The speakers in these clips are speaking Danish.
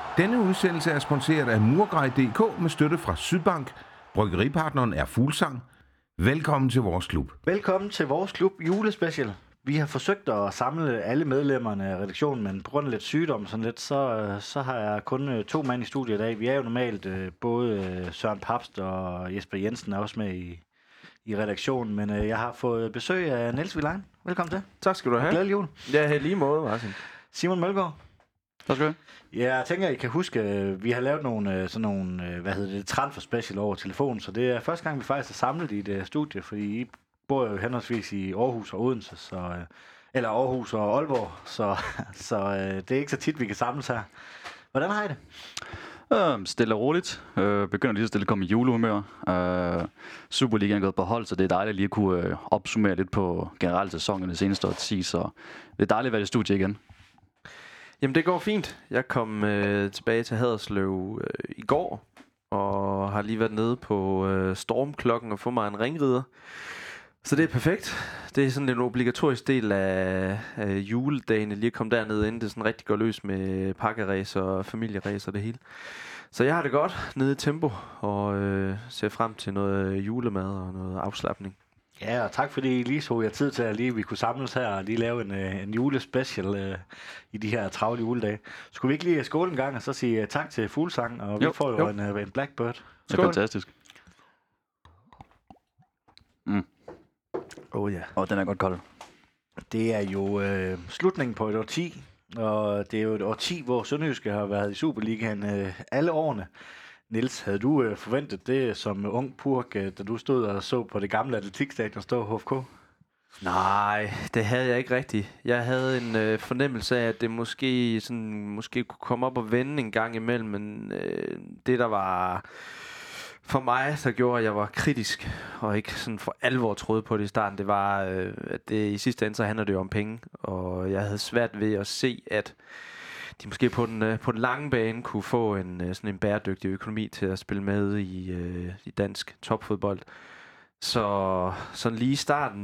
Denne udsendelse er sponsoreret af Murgrej.dk med støtte fra Sydbank. Bryggeripartneren er Fuglsang. Velkommen til vores klub. Velkommen til vores klub julespecial. Vi har forsøgt at samle alle medlemmerne af redaktionen, men på grund af lidt sygdom så har jeg kun 2 mand i studiet i dag. Vi er jo normalt både Søren Papst og Jesper Jensen er også med i redaktionen, men jeg har fået besøg af Niels Vilein. Velkommen til. Tak skal du have. Glædelig jul. Ja, lige måde, Martin. Simon Mølgaard. Tak skal du have. Ja, jeg tænker, I kan huske, vi har lavet nogle transfer special over telefonen, så det er første gang, vi faktisk er samlet i et studie, fordi I bor jo henholdsvis i Aarhus og Odense, eller Aarhus og Aalborg, så det er ikke så tit, vi kan samles her. Hvordan har I det? Stille og roligt. Begynder lige så stille at komme i julehumør. Superligaen er gået på hold, så det er dejligt lige at kunne opsummere lidt på generelt sæsonen det seneste årti, så det er dejligt at være i studiet igen. Jamen, det går fint. Jeg kom tilbage til Haderslev i går, og har lige været nede på Stormklokken og få mig en ringrider. Så det er perfekt. Det er sådan en obligatorisk del af juledagene, lige at komme dernede, inden det sådan rigtig går løs med pakkeræs og familieræs og det hele. Så jeg har det godt nede i tempo, og ser frem til noget julemad og noget afslapning. Ja, og tak fordi I lige så jer tid til, at vi kunne samles her og lige lave en julespecial i de her travle juledage. Skulle vi ikke lige skåle en gang og så sige tak til Fuglsang, og vi får jo en Blackbird. Det er fantastisk. Ja. Og den er godt kold. Det er jo slutningen på et årti, og det er jo et årti, hvor Sønderjyske har været i Superligaen alle årene. Niels, havde du forventet det som ung purk, da du stod og så på det gamle atletikstadion stå HFK? Nej, det havde jeg ikke rigtigt. Jeg havde en fornemmelse af, at det måske kunne komme op og vende en gang imellem, men det der var for mig, der gjorde, at jeg var kritisk og ikke sådan for alvor troede på det i starten, det var, at det i sidste ende så handler det jo om penge, og jeg havde svært ved at se, at de måske på den lange bane kunne få sådan en bæredygtig økonomi til at spille med i dansk topfodbold. Så sådan lige i starten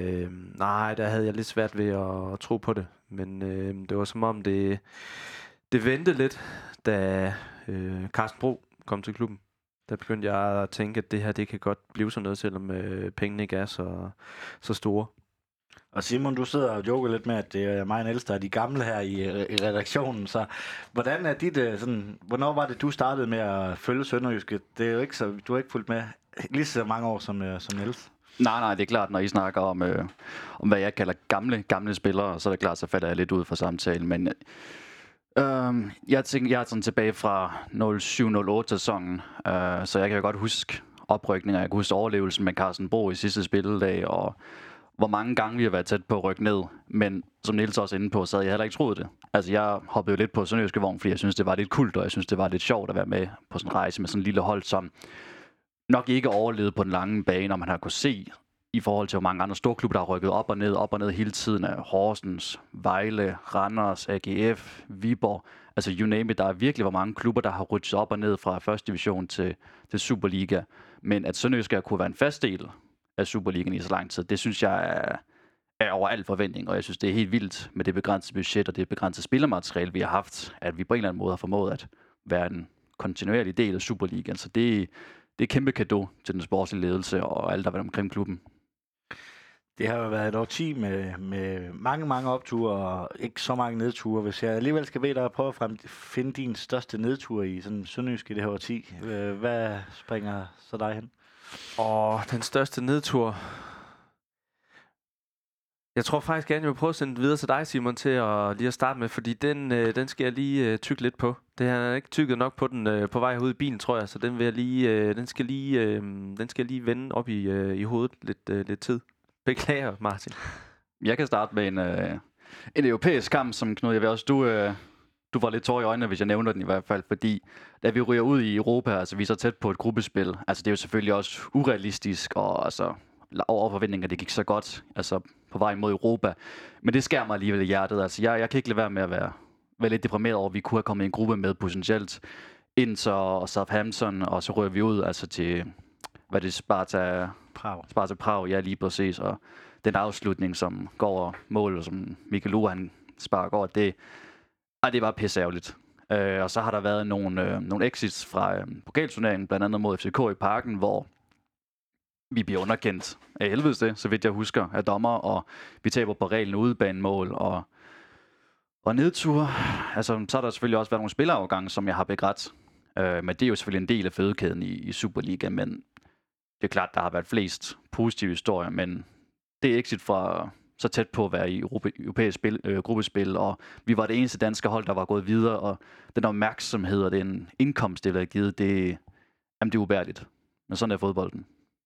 der havde jeg lidt svært ved at tro på det. Men det var som om det vendte lidt, da Carsten Bro kom til klubben. Der begyndte jeg at tænke, at det her det kan godt blive sådan noget, selvom pengene ikke er så store. Og Simon, du sidder og joker lidt med, at det er mig og Niels, der er de gamle her i redaktionen. Så hvordan er dit hvornår var det, du startede med at følge Sønderjyske? Det er jo ikke så, du har ikke fulgt med lige så mange år som Niels. Nej, det er klart, når I snakker om hvad jeg kalder gamle spillere, så er det klart, så falder jeg lidt ud fra samtalen. Men jeg er sådan tilbage fra 07-08-sæsonen, så jeg kan jo godt huske oprykninger. Jeg kan huske overlevelsen med Carsten Bro i sidste spilledag, og hvor mange gange vi har været tæt på at rykke ned. Men som Niels også inde på, så havde jeg heller ikke troet det. Altså jeg hoppede jo lidt på Sønderjyske vogn, fordi jeg synes det var lidt kult, og jeg synes det var lidt sjovt at være med på sådan en rejse med sådan en lille hold, som nok ikke overlevede på den lange bane, og man har kunnet se i forhold til, hvor mange andre store klubber, der har rykket op og ned hele tiden af Horsens, Vejle, Randers, AGF, Viborg. Altså you name it, der er virkelig hvor mange klubber, der har rykket op og ned fra første division til Superliga. Men at Sønderjyske kunne være en fast del af Superligaen i så lang tid, det synes jeg er over al forventning, og jeg synes, det er helt vildt med det begrænsede budget og det begrænsede spillermateriale, vi har haft, at vi på en eller anden måde har formået at være en kontinuerlig del af Superligaen. Så det er kæmpe cadeau til den sportslige ledelse og alle, der har været omkring klubben. Det har jo været et årti med mange opture og ikke så mange nedture. Hvis jeg alligevel skal bede dig at prøve at finde din største nedtur i sådan Sønderjysk i det her årti, hvad springer så dig hen? Den største nedtur. Jeg tror faktisk gerne, jeg vil prøve at sende det videre til dig, Simon, til at lige at starte med, fordi den skal jeg lige tykke lidt på. Det har jeg ikke tykket nok på den på vej ud i bilen, tror jeg, så den vil jeg lige, den skal lige vende op i hovedet lidt tid. Beklager, Martin. Jeg kan starte med en europæisk kamp, som Knud, jeg ved også, du var lidt tår i øjnene, hvis jeg nævner den i hvert fald, fordi da vi ryger ud i Europa, altså vi er så tæt på et gruppespil, altså det er jo selvfølgelig også urealistisk, og altså over forventninger, det gik så godt, altså på vej mod Europa, men det skærer mig alligevel i hjertet, altså jeg kan ikke lade være med at være lidt deprimeret over, at vi kunne have kommet i en gruppe med potentielt Inter og Southampton, og så ryger vi ud altså til, hvad det Sparta Prag, ja lige præcis, og den afslutning, som går over mål, og som Mikel Lure, han sparker over, det er bare pisseærgerligt. Og så har der været nogle exits fra pokalturneringen, blandt andet mod FCK i Parken, hvor vi bliver underkendt af helvedes det, så vidt jeg husker, af dommer, og vi taber på reglen udebanemål og nedture. Altså, så har der selvfølgelig også været nogle spillerafgange, som jeg har begrædt. Men det er jo selvfølgelig en del af fødekæden i Superliga, men det er klart, der har været flest positive historier, men det er exit fra så tæt på at være i europæisk gruppespil, og vi var det eneste danske hold, der var gået videre, og den opmærksomhed og den indkomst, det der er givet, det er ubærligt. Men sådan er fodbolden.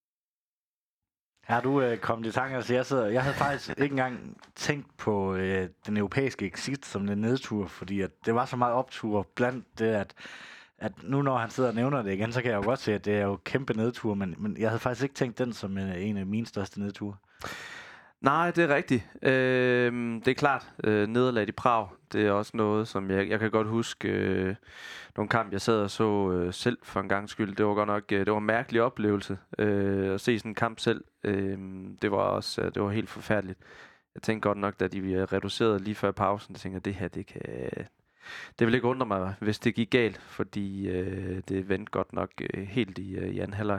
Har du kommet i tanke? Altså, jeg havde faktisk ikke engang tænkt på den europæiske exit som en nedtur, fordi at det var så meget optur blandt det, at nu når han sidder og nævner det igen, så kan jeg jo godt se, at det er jo kæmpe nedtur, men jeg havde faktisk ikke tænkt den som en af mine største nedture. Nej, det er rigtigt. Det er klart, nederlaget i Prag, det er også noget, som jeg kan godt huske nogle kamp, jeg sad og så selv for en gang skyld. Det var godt nok det var en mærkelig oplevelse at se sådan en kamp selv. Det var helt forfærdeligt. Jeg tænkte godt nok, da de reducerede lige før pausen, jeg tænkte, at det her, det vil ikke undre mig, hvis det gik galt, fordi det vendte godt nok helt i anden halvleg.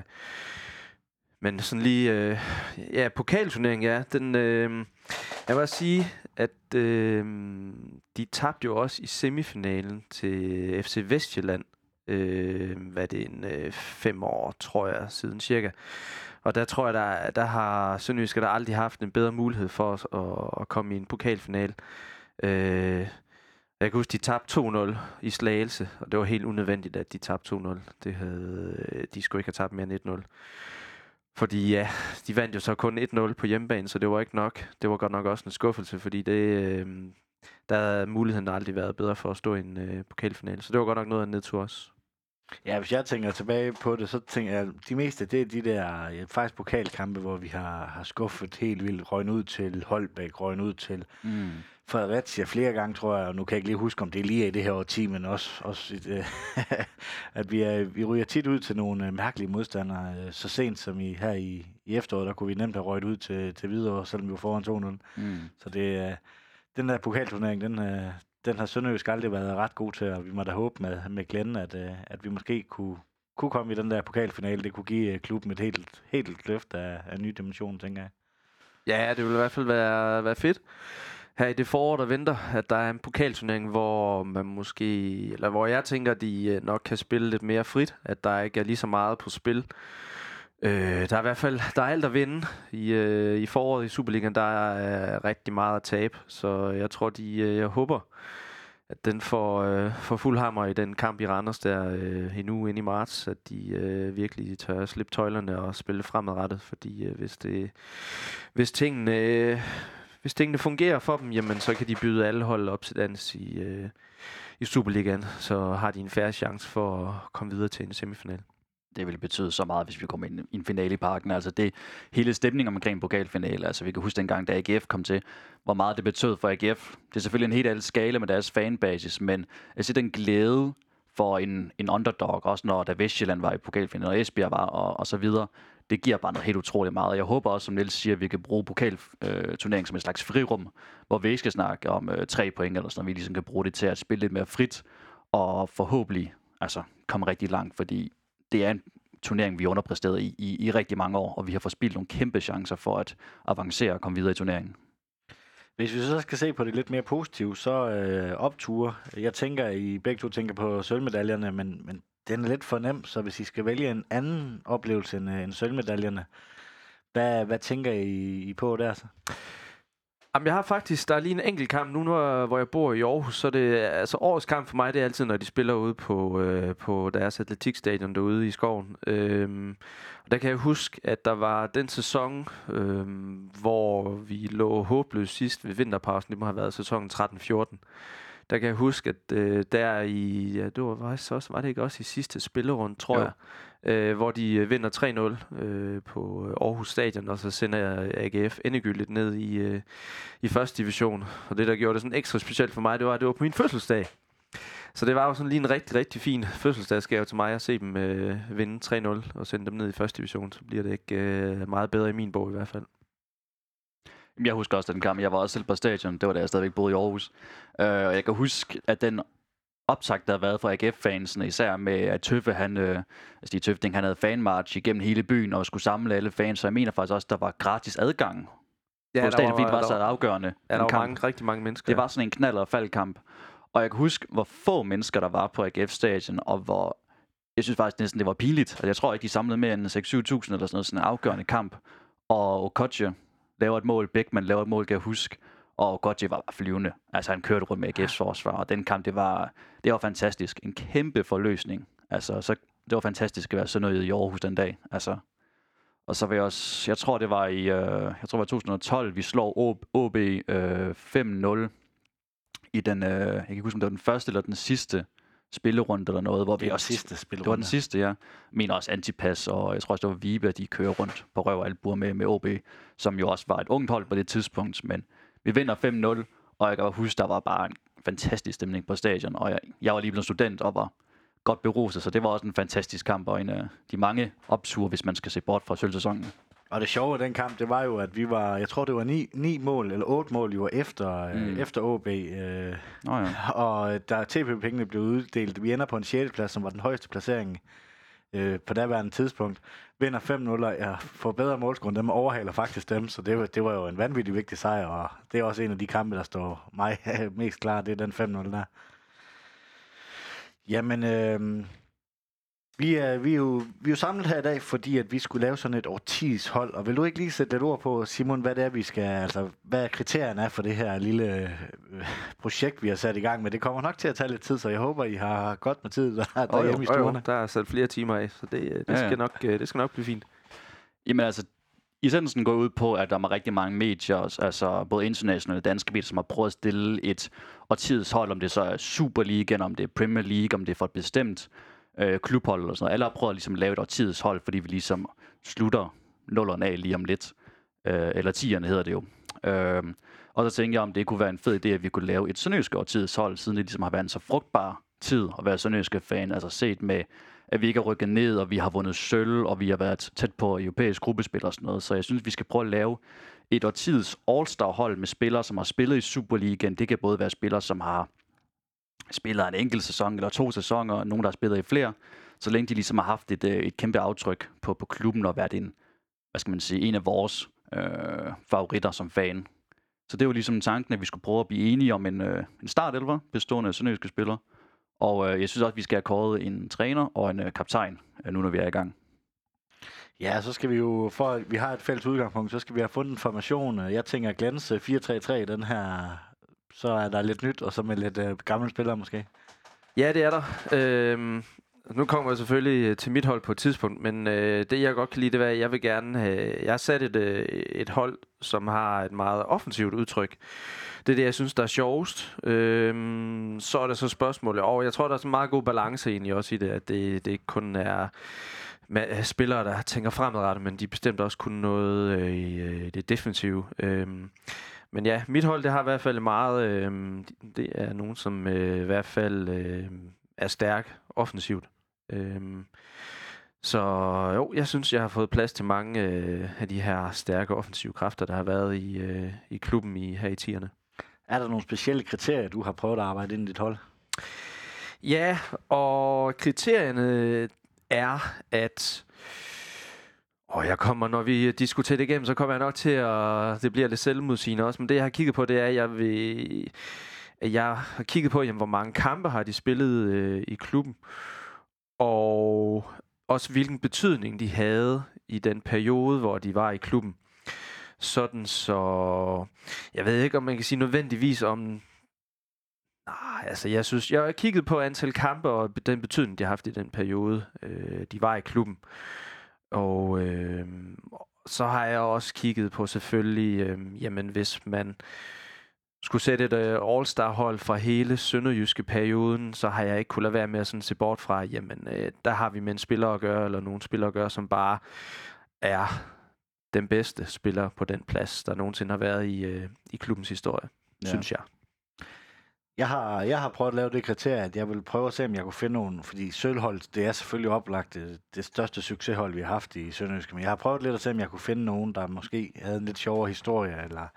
Men sådan lige, pokalturneringen, ja, den, jeg vil også sige, at de tabte jo også i semifinalen til FC Vestjylland, hvad det en 5 år, tror jeg, siden cirka. Og der tror jeg, der har Sønderjyske der aldrig haft en bedre mulighed for os at komme i en pokalfinale. Jeg kan huske, de tabte 2-0 i Slagelse, og det var helt unødvendigt, at de tabte 2-0. De skulle ikke have tabt mere end 1-0. Fordi ja, de vandt jo så kun 1-0 på hjemmebane, så det var ikke nok. Det var godt nok også en skuffelse, fordi der havde muligheden aldrig været bedre for at stå i en pokalfinale. Så det var godt nok noget af en nedtur også. Ja, hvis jeg tænker tilbage på det, så tænker jeg, de meste, det er de der faktisk pokalkampe, hvor vi har skuffet helt vildt, røgnet ud til Holbæk, røgnet ud til Fredericia flere gange, tror jeg, og nu kan jeg ikke lige huske, om det er lige i det her årti, men også at vi ryger tit ud til nogle mærkelige modstandere. Så sent som her i efteråret, der kunne vi nemt have røget ud til Hvidovre, selvom vi var foran 2-0. Så det den der pokalturnering, den har Sønderjysk aldrig været ret god til, og vi må da håbe med Glenn, at vi måske kunne komme i den der pokalfinale. Det kunne give klubben et helt løft af nye dimensioner, tænker jeg. Ja, det vil i hvert fald være fedt. Her i det forår, der venter, at der er en pokalturnering, hvor man måske, eller hvor jeg tænker, at de nok kan spille lidt mere frit, at der ikke er lige så meget på spil. Der er i hvert fald alt at vinde i foråret i Superligaen. Der er rigtig meget at tabe, så jeg tror, jeg håber, at den får fuld hammer i den kamp i Randers der en uge ind i marts, at de virkelig tør slippe tøjlerne og spille fremadrettet, fordi hvis tingene fungerer for dem, jamen så kan de byde alle hold op til dans i Superligaen, så har de en fair chance for at komme videre til en semifinal. Det ville betyde så meget, hvis vi kommer ind i en finale i Parken. Altså det hele stemningen omkring pokalfinale. Altså vi kan huske dengang, da AGF kom til, hvor meget det betød for AGF. Det er selvfølgelig en helt anden skala med deres fanbasis, men altså den glæde for en underdog, også når da Vestjylland var i pokalfinale, og Esbjerg var, og så videre, det giver bare noget helt utroligt meget. Jeg håber også, som Niels siger, at vi kan bruge pokalturneringen som et slags frirum, hvor vi ikke skal snakke om 3 point, eller sådan, vi ligesom kan bruge det til at spille lidt mere frit, og forhåbentlig komme rigtig langt, fordi det er en turnering, vi er underpræsteret i rigtig mange år, og vi har forspildt nogle kæmpe chancer for at avancere og komme videre i turneringen. Hvis vi så skal se på det lidt mere positivt, så opture. Jeg tænker, I begge to tænker på sølvmedaljerne, men den er lidt for nem, så hvis I skal vælge en anden oplevelse end sølvmedaljerne, hvad tænker I på der så? Jamen, jeg har faktisk, der er lige en enkelt kamp nu, hvor jeg bor i Aarhus, så det altså årets kamp for mig, det er altid, når de spiller ude på deres atletikstadion derude i skoven. Og der kan jeg huske, at der var den sæson, hvor vi lå håbløst sidst ved vinterpausen, det må have været sæsonen 13-14. Der kan jeg huske, at det var det ikke også i sidste spillerunde, tror jeg, hvor de vinder 3-0 på Aarhus Stadion, og så sender AGF endegyldigt ned i første division. Og det, der gjorde det sådan ekstra specielt for mig, det var på min fødselsdag. Så det var jo sådan lige en rigtig, rigtig fin fødselsdagsgave til mig at se dem vinde 3-0 og sende dem ned i første division. Så bliver det ikke meget bedre i min bog i hvert fald. Jeg husker også den kamp. Jeg var også selv på stadion. Det var da jeg stadigvæk boede i Aarhus. Og jeg kan huske, at den opsagt, der har været fra AGF-fansene, især med, at Tøffe, han havde fanmarch igennem hele byen og skulle samle alle fans, så jeg mener faktisk også, der var gratis adgang på stadion, fordi det var så afgørende. Ja, der var rigtig mange mennesker. Det var sådan en knald- og faldkamp. Og jeg kan huske, hvor få mennesker der var på AGF-stadion, og hvor jeg synes faktisk næsten, det var pinligt. Altså, jeg tror ikke, de samlede mere end 6-7.000 eller sådan noget, sådan en afgørende kamp. Og Okocha laver et mål, Beckmann laver et mål, kan jeg huske. Og Okocha var flyvende. Altså, han kørte rundt med AGF's forsvar, og den kamp, det var fantastisk. En kæmpe forløsning. Altså, så det var fantastisk at være sådan noget i Aarhus den dag. Altså, og så vil jeg også, jeg tror, det var i 2012, vi slår OB 5-0 i den, jeg kan ikke huske, om det var den første eller den sidste spillerunde eller noget, hvor vi også... sidste spillerunde. Det var den sidste, ja. Jeg mener også Antipas, og jeg tror også, det var Vibe, de kører rundt på røv og albuer med OB, som jo også var et ungt hold på det tidspunkt, men vi vinder 5-0, og jeg kan huske, der var bare en fantastisk stemning på stadion, og jeg var lige blevet student og var godt beruset, så det var også en fantastisk kamp, og en af de mange opture, hvis man skal se bort fra sølvsæsonen. Og det sjove af den kamp, det var jo, at vi var, jeg tror det var 9 mål, eller 8 mål, jo efter OB. Og da TP-pengene blev uddelt, vi ender på en 6. plads, som var den højeste placering på daværende tidspunkt. Vinder 5-0, og får bedre målscore, dem overhaler faktisk dem, så det var jo en vanvittig vigtig sejr, og det er også en af de kampe, der står mig mest klar, det er den 5-0 der. Jamen... Vi er jo samlet her i dag, fordi at vi skulle lave sådan et årtis hold, og vil du ikke lige sætte lidt ord på, Simon, hvad det er, vi skal, altså hvad kriterierne er for det her lille projekt, vi har sat i gang med? Det kommer nok til at tage lidt tid, så jeg håber, I har godt med tid derhjemme i stuerne. Der er sat flere timer af, så det skal nok blive fint. Jamen altså, essensen går ud på, at der er rigtig mange medier, altså både internationale og danske medier, som har prøvet at stille et årtiets hold, om det så er Superligaen, om det er Premier League, om det er for et bestemt klubhold eller sådan noget. Alle har prøvet at ligesom lave et årtiets hold, fordi vi ligesom slutter nullerne af lige om lidt. Eller 10'erne hedder det jo. Og så tænkte jeg, om det kunne være en fed idé, at vi kunne lave et sønderjyske årtiets hold, siden det ligesom har været en så frugtbar tid at være sønderjyske fan. Altså set med, at vi ikke har rykket ned, og vi har vundet sølv, og vi har været tæt på europæisk gruppespil og sådan noget. Så jeg synes, vi skal prøve at lave et årtiets all-star hold med spillere, som har spillet i Superligaen. Det kan både være spillere, som har spiller en enkelt sæson eller 2 sæsoner, og nogen, der har spillet i flere, så længe de ligesom har haft et kæmpe aftryk på klubben og været en af vores favoritter som fan. Så det var ligesom tanken, at vi skulle prøve at blive enige om en startelver bestående af sønderjyske spillere. Og jeg synes også, at vi skal have kåret en træner og en kaptajn, nu når vi er i gang. Ja, så skal vi jo, for at vi har et fælles udgangspunkt, så skal vi have fundet en formation. Jeg tænker Glens 4-3-3, den her... Så er der lidt nyt, og så med lidt gamle spillere måske. Ja, det er der. Nu kommer jeg selvfølgelig til mit hold på et tidspunkt, men det jeg godt kan lide, det er, at jeg vil gerne have... Jeg har sat et hold, som har et meget offensivt udtryk. Det er det, jeg synes, der er sjovest. Så er der så spørgsmålet, og jeg tror, der er så meget god balance egentlig også i det, at det ikke kun er spillere, der tænker fremadrettet, men de bestemt også kunne noget i det defensive. Men ja, mit hold, det har i hvert fald meget... det er nogen, som i hvert fald er stærk offensivt. Så jo, jeg synes, jeg har fået plads til mange af de her stærke offensive kræfter, der har været i klubben her i 10'erne. Er der nogle specielle kriterier, du har prøvet at arbejde ind i dit hold? Ja, og kriterierne er, at... når vi diskuterer det igennem, så kommer jeg nok til at... Det bliver lidt selvmodsigende også, men det jeg har kigget på, det er, at jeg har kigget på, hvor mange kampe har de spillet i klubben, og også hvilken betydning de havde i den periode, hvor de var i klubben. Sådan så... Jeg ved ikke, om man kan sige nødvendigvis om... Nej, altså jeg synes... Jeg har kigget på antal kampe og den betydning, de har haft i den periode, de var i klubben. Og så har jeg også kigget på selvfølgelig, hvis man skulle sætte et all-star-hold fra hele sønderjyske perioden, så har jeg ikke kunnet lade være med at sådan se bort fra, der har vi med en spiller at gøre, eller nogle spillere at gøre, som bare er den bedste spiller på den plads, der nogensinde har været i klubbens historie, synes jeg. Jeg har prøvet at lave det kriterie, at jeg vil prøve at se, om jeg kunne finde nogen, fordi sølvhold, det er selvfølgelig oplagt det største succeshold, vi har haft i Sønderjyske, men jeg har prøvet lidt at se, om jeg kunne finde nogen, der måske havde en lidt sjovere historie, eller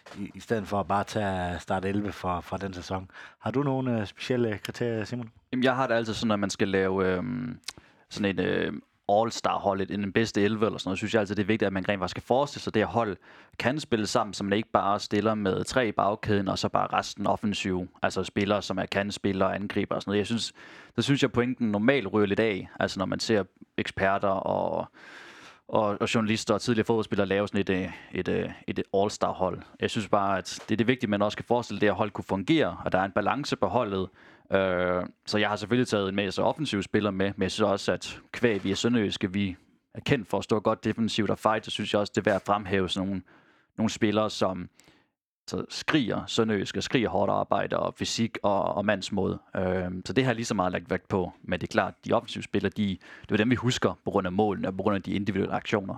i stedet for at bare tage start 11 fra den sæson. Har du nogle specielle kriterier, Simon? Jamen, jeg har det altid sådan, at man skal lave sådan en all-star-hold, en bedste 11 eller sådan noget. Synes jeg altid, det er vigtigt, at man rent faktisk skal forestille sig, det her hold kan spille sammen, så man ikke bare stiller med 3 i bagkæden, og så bare resten offensiv. Altså spillere, som er kandspillere, angriber og sådan noget. Det synes jeg pointen normalt ryger lidt af. Altså når man ser eksperter og journalister og tidligere fodboldspillere lave sådan et all-star-hold. Jeg synes bare, at det er det vigtige, at man også kan forestille, at det her hold kunne fungere, og der er en balance på holdet. Så jeg har selvfølgelig taget en masse offensive spillere med, men jeg synes også, at kvæg vi er sønderjyske, vi er kendt for at stå godt defensivt og fight, så synes jeg også, det er værd at fremhæve sådan nogle spillere, som så skriger sønderjyske, skriger hårdt arbejde og fysik og mandsmod. Så det har jeg lige så meget lagt vægt på, men det er klart, de offensive spillere, det er dem, vi husker på grund af målene og på grund af de individuelle aktioner.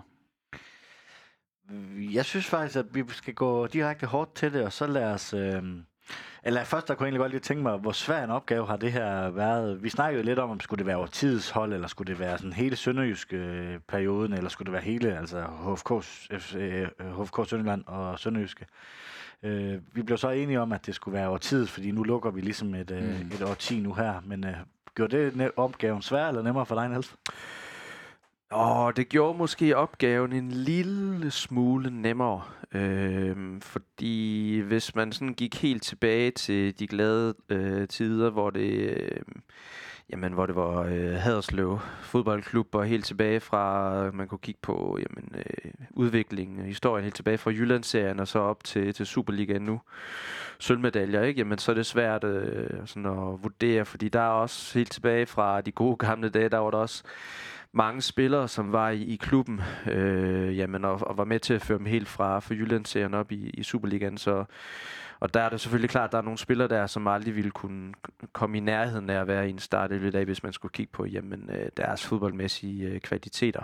Jeg synes faktisk, at vi skal gå direkte hårdt til det, og så lad os... Eller først, der kunne jeg egentlig godt lige tænke mig, hvor svær en opgave har det her været? Vi snakkede jo lidt om skulle det være årtidets hold, eller skulle det være sådan hele sønderjyske perioden, eller skulle det være hele, altså HFK Sønderjylland og sønderjyske. Vi blev så enige om, at det skulle være årtidets, fordi nu lukker vi ligesom et årti nu her, men gjorde det opgaven svær eller nemmere for dig, Niels? Det gjorde måske opgaven en lille smule nemmere, fordi hvis man sådan gik helt tilbage til de glade tider, hvor det var Haderslev fodboldklub, og helt tilbage fra, man kunne kigge på udviklingen, historien helt tilbage fra Jyllandsserien og så op til Superligaen nu, sølvmedaljer, ikke? Jamen så er det svært sådan at vurdere, fordi der er også helt tilbage fra de gode gamle dage, der var der også mange spillere, som var i klubben, og var med til at føre dem helt fra Jyllandsserien op i Superligaen. Og der er det selvfølgelig klart, at der er nogle spillere der, som aldrig ville kunne komme i nærheden af at være i en startelve i dag, hvis man skulle kigge på deres fodboldmæssige kvaliteter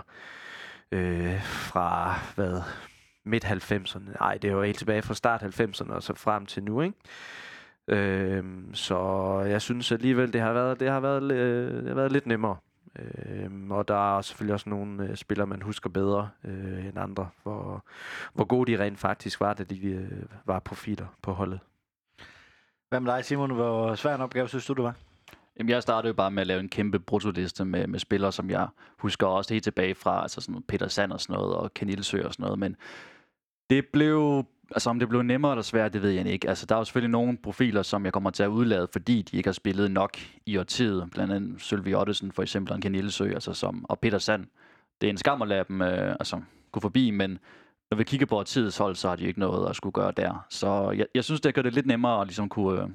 fra midt 90'erne. Nej, det var helt tilbage fra start 90'erne og så frem til nu, ikke? Så jeg synes alligevel, det har været lidt nemmere. Og der er selvfølgelig også nogle spillere, man husker bedre end andre, hvor gode de rent faktisk var, da de var profiler på holdet. Hvad med dig, Simon? Hvor svær en opgave synes du, det var? Jamen, jeg startede jo bare med at lave en kæmpe bruttoliste med spillere, som jeg husker også helt tilbage fra, altså sådan Peter Sand og sådan noget, og Ken Ilsø og sådan noget, men det blev... Altså om det blev nemmere eller svært, det ved jeg ikke. Altså der er jo selvfølgelig nogle profiler, som jeg kommer til at udlade, fordi de ikke har spillet nok i årtiet. Blandt andet Sølvi Ottesen for eksempel, og Ken Ilsø, og Peter Sand. Det er en skam at lade dem gå forbi, men når vi kigger på årtidets hold, så har de ikke noget at skulle gøre der. Så jeg synes, det gør det lidt nemmere at ligesom kunne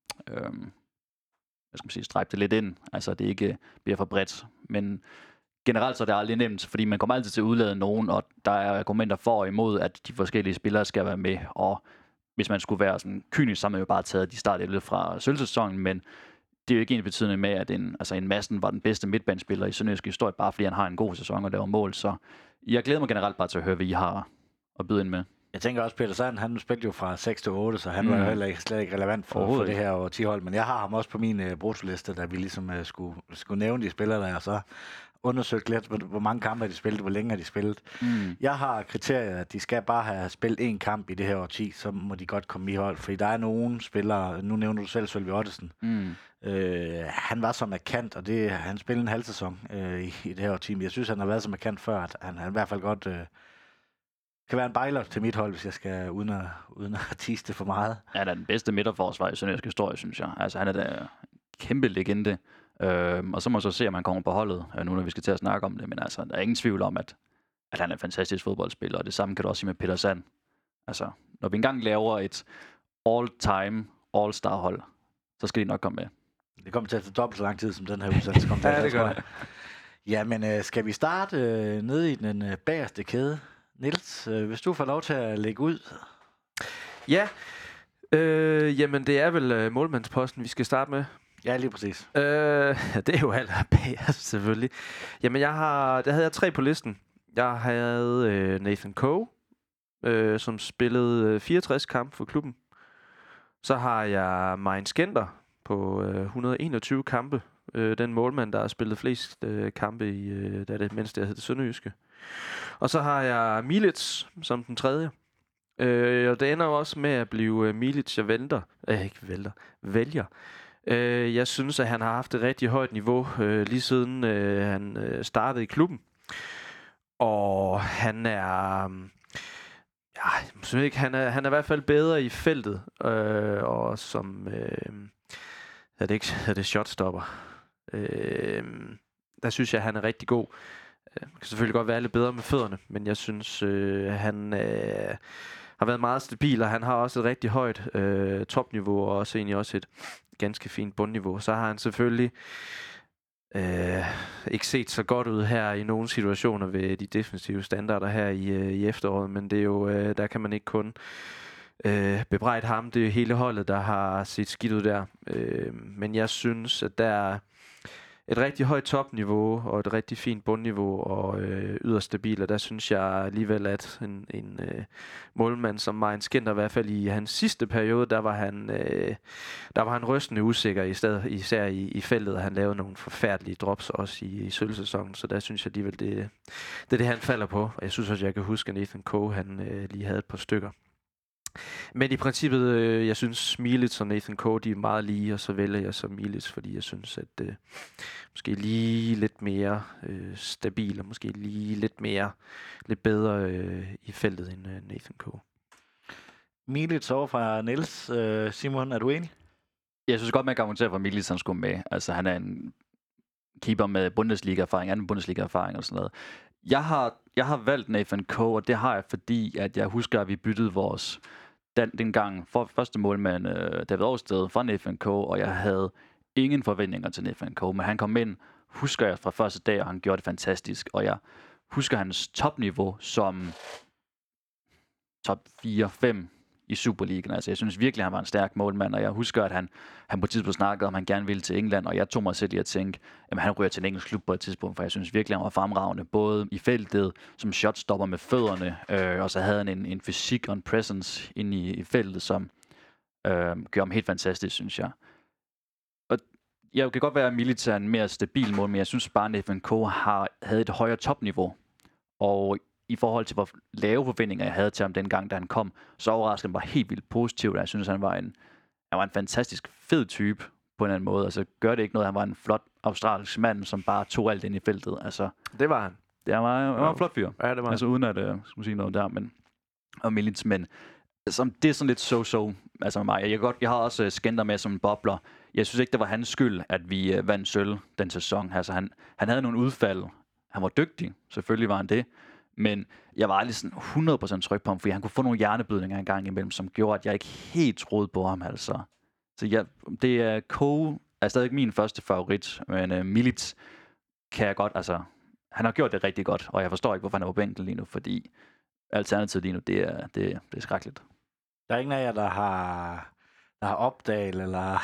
stribe det lidt ind. Altså det ikke bliver for bredt. Men generelt så er det aldrig nemt, fordi man kommer altid til at udlade nogen, og der er argumenter for og imod, at de forskellige spillere skal være med. Og hvis man skulle være sådan kynisk, så har man jo bare taget de startelve fra sølvsæsonen, men det er jo ikke en betydning med, at en Madsen var den bedste midtbanespiller i sønderjysk historie, bare fordi han har en god sæson og laver mål. Så jeg glæder mig generelt bare til at høre, hvad I har at byde ind med. Jeg tænker også, Peter Sand, han spillede jo fra 6 til 8, så han var jo heller slet ikke relevant for det her 10-hold. Men jeg har ham også på min brutoliste, da vi ligesom skulle nævne de spillere der, og så undersøgt lidt, hvor mange kampe de spillet, hvor længe har de spillet. Jeg har kriterier, at de skal bare have spillet 1 kamp i det her årti, så må de godt komme i hold. Fordi der er nogle spillere, nu nævner du selv Sølvi Ottesen. Han var så markant, og han spillede en halv sæson i det her årti. Jeg synes, han har været så markant før, at han i hvert fald godt kan være en bejler til mit hold, hvis jeg skal uden at tease det for meget. Ja, han er den bedste midterforsvar i sønderjysk historie, synes jeg. Altså han er da en kæmpe legende. Og så må man så se, om han kommer på holdet, nu når vi skal til at snakke om det. Men altså, der er ingen tvivl om, at han er en fantastisk fodboldspiller, og det samme kan du også sige med Peter Sand. Altså, når vi engang laver et all-time, all-star-hold, så skal de nok komme med. Det kommer til at tage dobbelt så lang tid, som den her udsendelse kommer til. Ja, det gør det. Jamen, skal vi starte nede i den bagerste kæde? Niels, hvis du får lov til at lægge ud. Ja, jamen det er vel målmandsposten, vi skal starte med. Ja, lige præcis. Det er jo alt bagerst, selvfølgelig. Jamen der havde jeg 3 på listen. Jeg havde Nathan Coe, som spillede 64 kampe for klubben. Så har jeg Mein Skender på 121 kampe. Den målmand, der har spillet flest kampe mens det hed det sønderjyske. Og så har jeg Milits som den tredje. Og det ender jo også med at blive Milic, jeg vælger. Jeg synes, at han har haft et rigtig højt niveau, lige siden han startede i klubben. Og han er... jeg synes ikke, han er i hvert fald bedre i feltet. Og som... er det shotstopper. Der synes jeg, at han er rigtig god. Kan selvfølgelig godt være lidt bedre med fødderne, men jeg synes, han har været meget stabil, og han har også et rigtig højt topniveau, og også egentlig også et ganske fint bundniveau. Så har han selvfølgelig ikke set så godt ud her i nogle situationer ved de defensive standarder her i efteråret, men det er jo, der kan man ikke kun bebrejde ham. Det er hele holdet, der har set skidt ud der. Men jeg synes, at der er et rigtig højt topniveau og et rigtig fint bundniveau og yderst stabil, og der synes jeg alligevel, at en målmand som Marian Skinner, i hvert fald i hans sidste periode, der var han rystende usikker især i feltet, og han lavede nogle forfærdelige drops også i sølvsæsonen, så der synes jeg alligevel, det er det, han falder på. Og jeg synes også, jeg kan huske, at Nathan Coe, han lige havde et par stykker. Men i princippet, jeg synes Milic og Nathan Coe, de er meget lige, og så vælger jeg så Milic, fordi jeg synes, at måske lige lidt mere stabil, og måske lige lidt bedre i feltet end Nathan Coe. Milic over fra Niels. Simon, er du enig? Jeg synes godt, man kan argumentere for, at Milic han skulle med. Altså, han er en keeper med Bundesliga-erfaring, anden Bundesliga-erfaring og sådan noget. Jeg har valgt Nathan Coe, og det har jeg, fordi at jeg husker, at vi byttede vores dengang for første målmand David Aarhusted fra Nathan Coe, og jeg havde ingen forventninger til Nathan Coe, men han kom ind, husker jeg fra første dag, og han gjorde det fantastisk, og jeg husker hans topniveau som top 4-5 i Superligaen. Altså, jeg synes virkelig, han var en stærk målmand, og jeg husker, at han på et tidspunkt snakkede om, at han gerne ville til England, og jeg tog mig selv i at tænke, at han ryger til en engelsk klub på et tidspunkt, for jeg synes virkelig, han var fremragende, både i feltet, som shotstopper med fødderne, og så havde han en fysik og en presence inde i feltet, som gør ham helt fantastisk, synes jeg. Og jeg kan godt være, at Milic er en mere stabil mål, men jeg synes bare, at Nathan Coe havde et højere topniveau, og i forhold til, hvor lave forventninger jeg havde til ham dengang, da han kom, så overraskede han mig helt vildt positivt. Jeg synes, han var en fantastisk fed type på en eller anden måde. Altså, gør det ikke noget, han var en flot australsk mand, som bare tog alt ind i feltet. Altså, Det var han. det var en flot fyr. Ja, det var Altså, uden at skulle sige noget der, men og Milic, men som det er sådan lidt so-so. Altså med mig. Jeg har også Skinner med som en bobler. Jeg synes ikke, det var hans skyld, at vi vandt sølv den sæson. Altså, han havde nogle udfald. Han var dygtig. Selvfølgelig var han det. Men jeg var aldrig sådan 100% tryg på ham, fordi han kunne få nogle hjerneblødninger en gang imellem, som gjorde, at jeg ikke helt troede på ham, altså. Så det er Coe er stadig min første favorit, men Milic kan jeg godt, altså, han har gjort det rigtig godt, og jeg forstår ikke, hvorfor han er på bænken lige nu, fordi alternativet lige nu, det er skrækkeligt. Der er ingen af jer, der har Opdal, eller...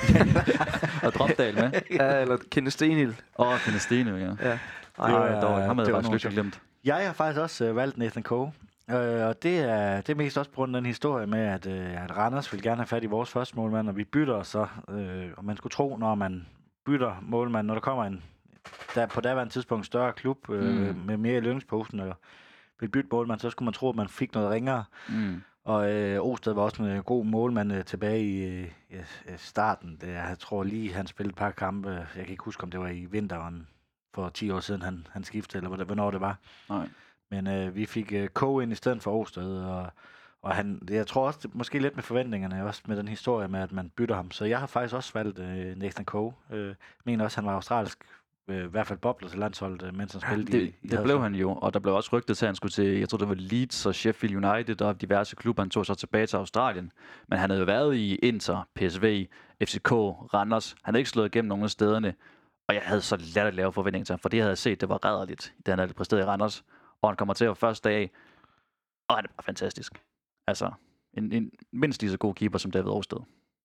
Og Dropdal med. Ja, eller Kenneth Stenhild. Kenneth Stenhild, ja. Ja. Ej, dårligt. Ham havde det var jeg faktisk lykkelig glemt. Jeg har faktisk også valgt Nathan Coe, og det er mest også på grund af den historie med, at Randers ville gerne have fat i vores første målmand, og vi bytter så, og man skulle tro, når man bytter målmand, når der kommer på daværende tidspunkt større klub med mere i lønningsposen, og vil bytte målmand, så skulle man tro, at man fik noget ringere. Og Osted var også en god målmand tilbage i starten. Jeg tror lige, han spillede et par kampe. Jeg kan ikke huske, om det var i vinteren for 10 år siden, han skiftede, eller hvornår det var. Nej. Men vi fik Coe ind i stedet for Osted, og jeg tror også, det, måske lidt med forventningerne, også med den historie med, at man bytter ham. Så jeg har faktisk også valgt Nathan Coe. Mener også, han var australsk, i hvert fald bobler til landsholdet, mens han spillede i det blev han jo, og der blev også rygtet til, at han skulle til, jeg tror det var Leeds og Sheffield United og diverse klubber. Han tog så tilbage til Australien, men han havde jo været i Inter, PSV, FCK, Randers. Han havde ikke slået igennem nogen af stederne, og jeg havde så let at lave forventninger til ham, for det jeg havde set, det var rædderligt, da han havde præsteret i Randers, og han kommer til at første dag af, og han er bare fantastisk. Altså, en mindst lige så god keeper som David Aarhusted.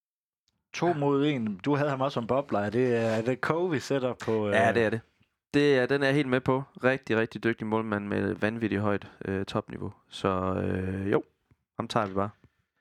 2 mod 1. Du havde ham også som bobler. Er det Coe, vi sætter på? Ja, det er det. Den er jeg helt med på. Rigtig, rigtig dygtig målmand med vanvittigt højt topniveau. Så jo, ham tager vi bare.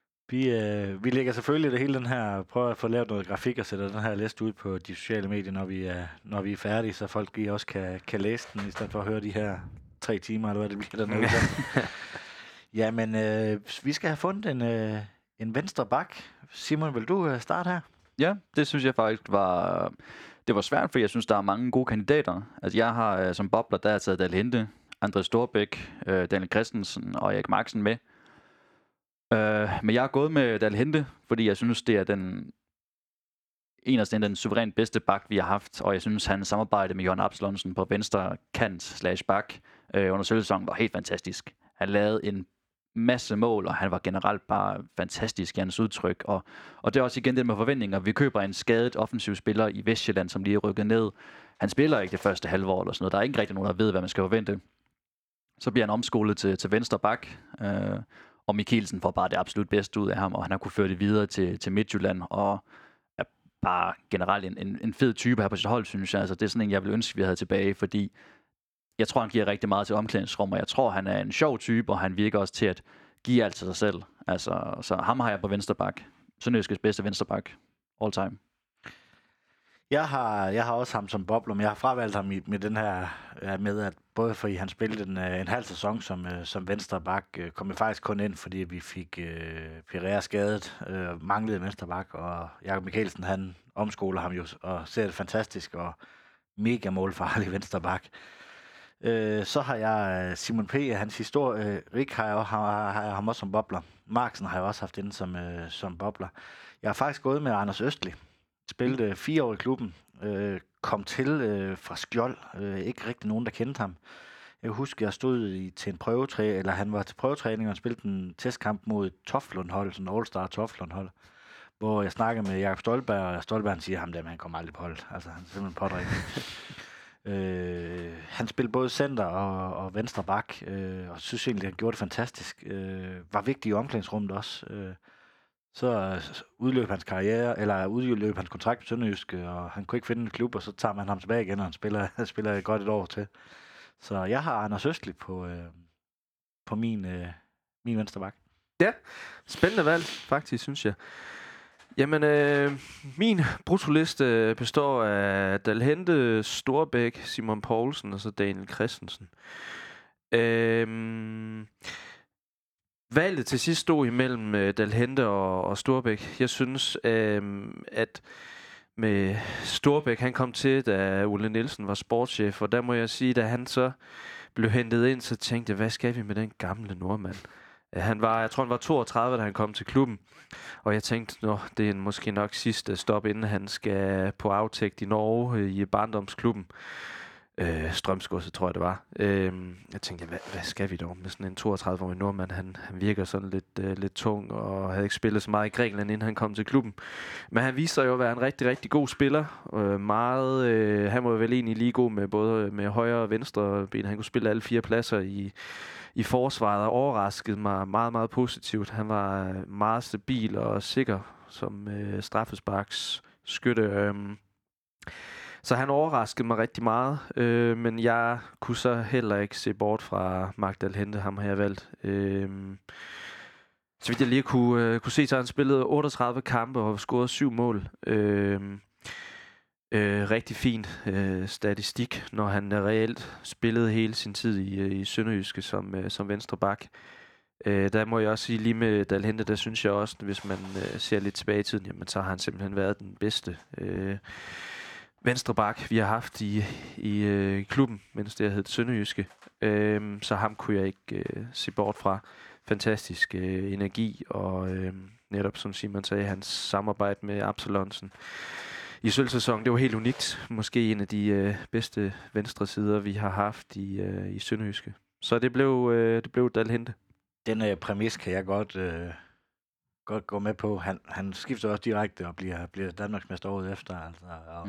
Vi lægger selvfølgelig det hele den her, prøver at få lavet noget grafik og sætter den her liste ud på de sociale medier, når vi er færdige, så folk også kan læse den, i stedet for at høre de her 3 timer, eller hvad det bliver dernede. Jamen, vi skal have fundet en venstre bak. Simon, vil du starte her? Ja, det synes jeg faktisk var... Det var svært, for jeg synes, der er mange gode kandidater. Altså, jeg har som bobler, der har taget Dal Hente, André Storbæk, Daniel Christensen og Erik Maxen med. Men jeg er gået med Dal Hente, fordi jeg synes, det er den suverænt bedste bak, vi har haft. Og jeg synes, hans samarbejde med Jørgen Absalonsen på venstre kant /bak under sølvsæsonen var helt fantastisk. Han lavede en masse mål, og han var generelt bare fantastisk i hans udtryk. Og det er også igen det med forventninger. Vi køber en skadet offensiv spiller i Vestjylland, som lige er rykket ned. Han spiller ikke det første halvår eller sådan noget. Der er ikke rigtig nogen, der ved, hvad man skal forvente. Så bliver han omskolet til venstre bak, og Mikkelsen får bare det absolut bedste ud af ham, og han har kunne føre det videre til Midtjylland, og er bare generelt en fed type her på sit hold, synes jeg. Altså, det er sådan en, jeg ville ønske, vi havde tilbage, fordi jeg tror, han giver rigtig meget til omklædningsrum, og jeg tror, han er en sjov type, og han virker også til at give alt til sig selv. Altså, så ham har jeg på venstre bak. Sønderjyskes bedste venstre bak. All time. Jeg har også ham som bobler, men jeg har fravalgt ham med den her med, at både fordi han spillede en halv sæson som venstre bak, kom jeg faktisk kun ind, fordi vi fik Pereira skadet, manglede venstre bak, og Jakob Mikkelsen, han omskoler ham jo og ser det fantastisk og mega målfarlig venstre bak. Så har jeg Simon P., hans historie. Rik har jeg ham også som bobler. Marksen har jeg også haft inde som bobler. Jeg har faktisk gået med Anders Østli. Spillede 4 år i klubben. Kom til fra Skjold. Ikke rigtig nogen, der kendte ham. Jeg husker, jeg stod til en prøvetræning, eller han var til prøvetræning og spillede en testkamp mod et Toftlund-hold, sådan en All-Star Toftlund-hold, hvor jeg snakkede med Jakob Stolberg, og Stolberg siger ham, at han kommer aldrig på holdet. Altså, han er simpelthen pådrivet. Han spillede både center og venstre bak, og synes egentlig, at han gjorde det fantastisk. Var vigtig i omklædningsrummet også. Så udløb hans karriere, eller udløb hans kontrakt med Sønderjysk, og han kunne ikke finde en klub, og så tager man ham tilbage igen, og han spiller godt et år til. Så jeg har Anders Østli på min venstre bak. Ja, spændende valg, faktisk, synes jeg. Jamen, min bruttoliste består af Dal Hente, Storbæk, Simon Poulsen og så Daniel Christensen. Valget til sidst stod imellem Dal Hente og Storbæk. Jeg synes, at med Storbæk, han kom til, da Ole Nielsen var sportschef, og der må jeg sige, da han så blev hentet ind, så tænkte jeg, hvad skal vi med den gamle nordmand? Jeg tror han var 32, da han kom til klubben. Og jeg tænkte, det er måske nok sidste stop, inden han skal på aftægt i Norge i barndomsklubben. Strømsgodset, tror jeg det var. Jeg tænkte, hvad skal vi dog med sådan en 32-årig nordmand? Han virker sådan lidt tung, og havde ikke spillet så meget i Grækenland, inden han kom til klubben. Men han viste sig jo at være en rigtig, rigtig god spiller. Han var vel egentlig lige god med både med højre og venstre ben. Han kunne spille alle 4 pladser i forsvaret, og overraskede mig meget, meget positivt. Han var meget stabil og sikker som straffesparks skytte. Så han overraskede mig rigtig meget, men jeg kunne så heller ikke se bort fra Mark Dal Hente. Ham har jeg valgt. Så vidt jeg lige kunne se, så han spillede 38 kampe og scoret 7 mål. Rigtig fint statistik, når han reelt spillede hele sin tid i Sønderjyske som venstre bak. Der må jeg også sige, lige med Dal Hente, der synes jeg også, hvis man ser lidt tilbage i tiden, jamen, så har han simpelthen været den bedste venstre bak, vi har haft i klubben, mens det hed Sønderjyske. Så ham kunne jeg ikke se bort fra. Fantastisk energi, og netop som Simon sagde, hans samarbejde med Absalonsen i sølvsæsonen, det var helt unikt. Måske en af de bedste venstre sider, vi har haft i Sønderjyske. Så det blev Dal Hente. Den præmis kan jeg godt gå med på. Han skifter også direkte og bliver Danmarksmester året efter. Altså,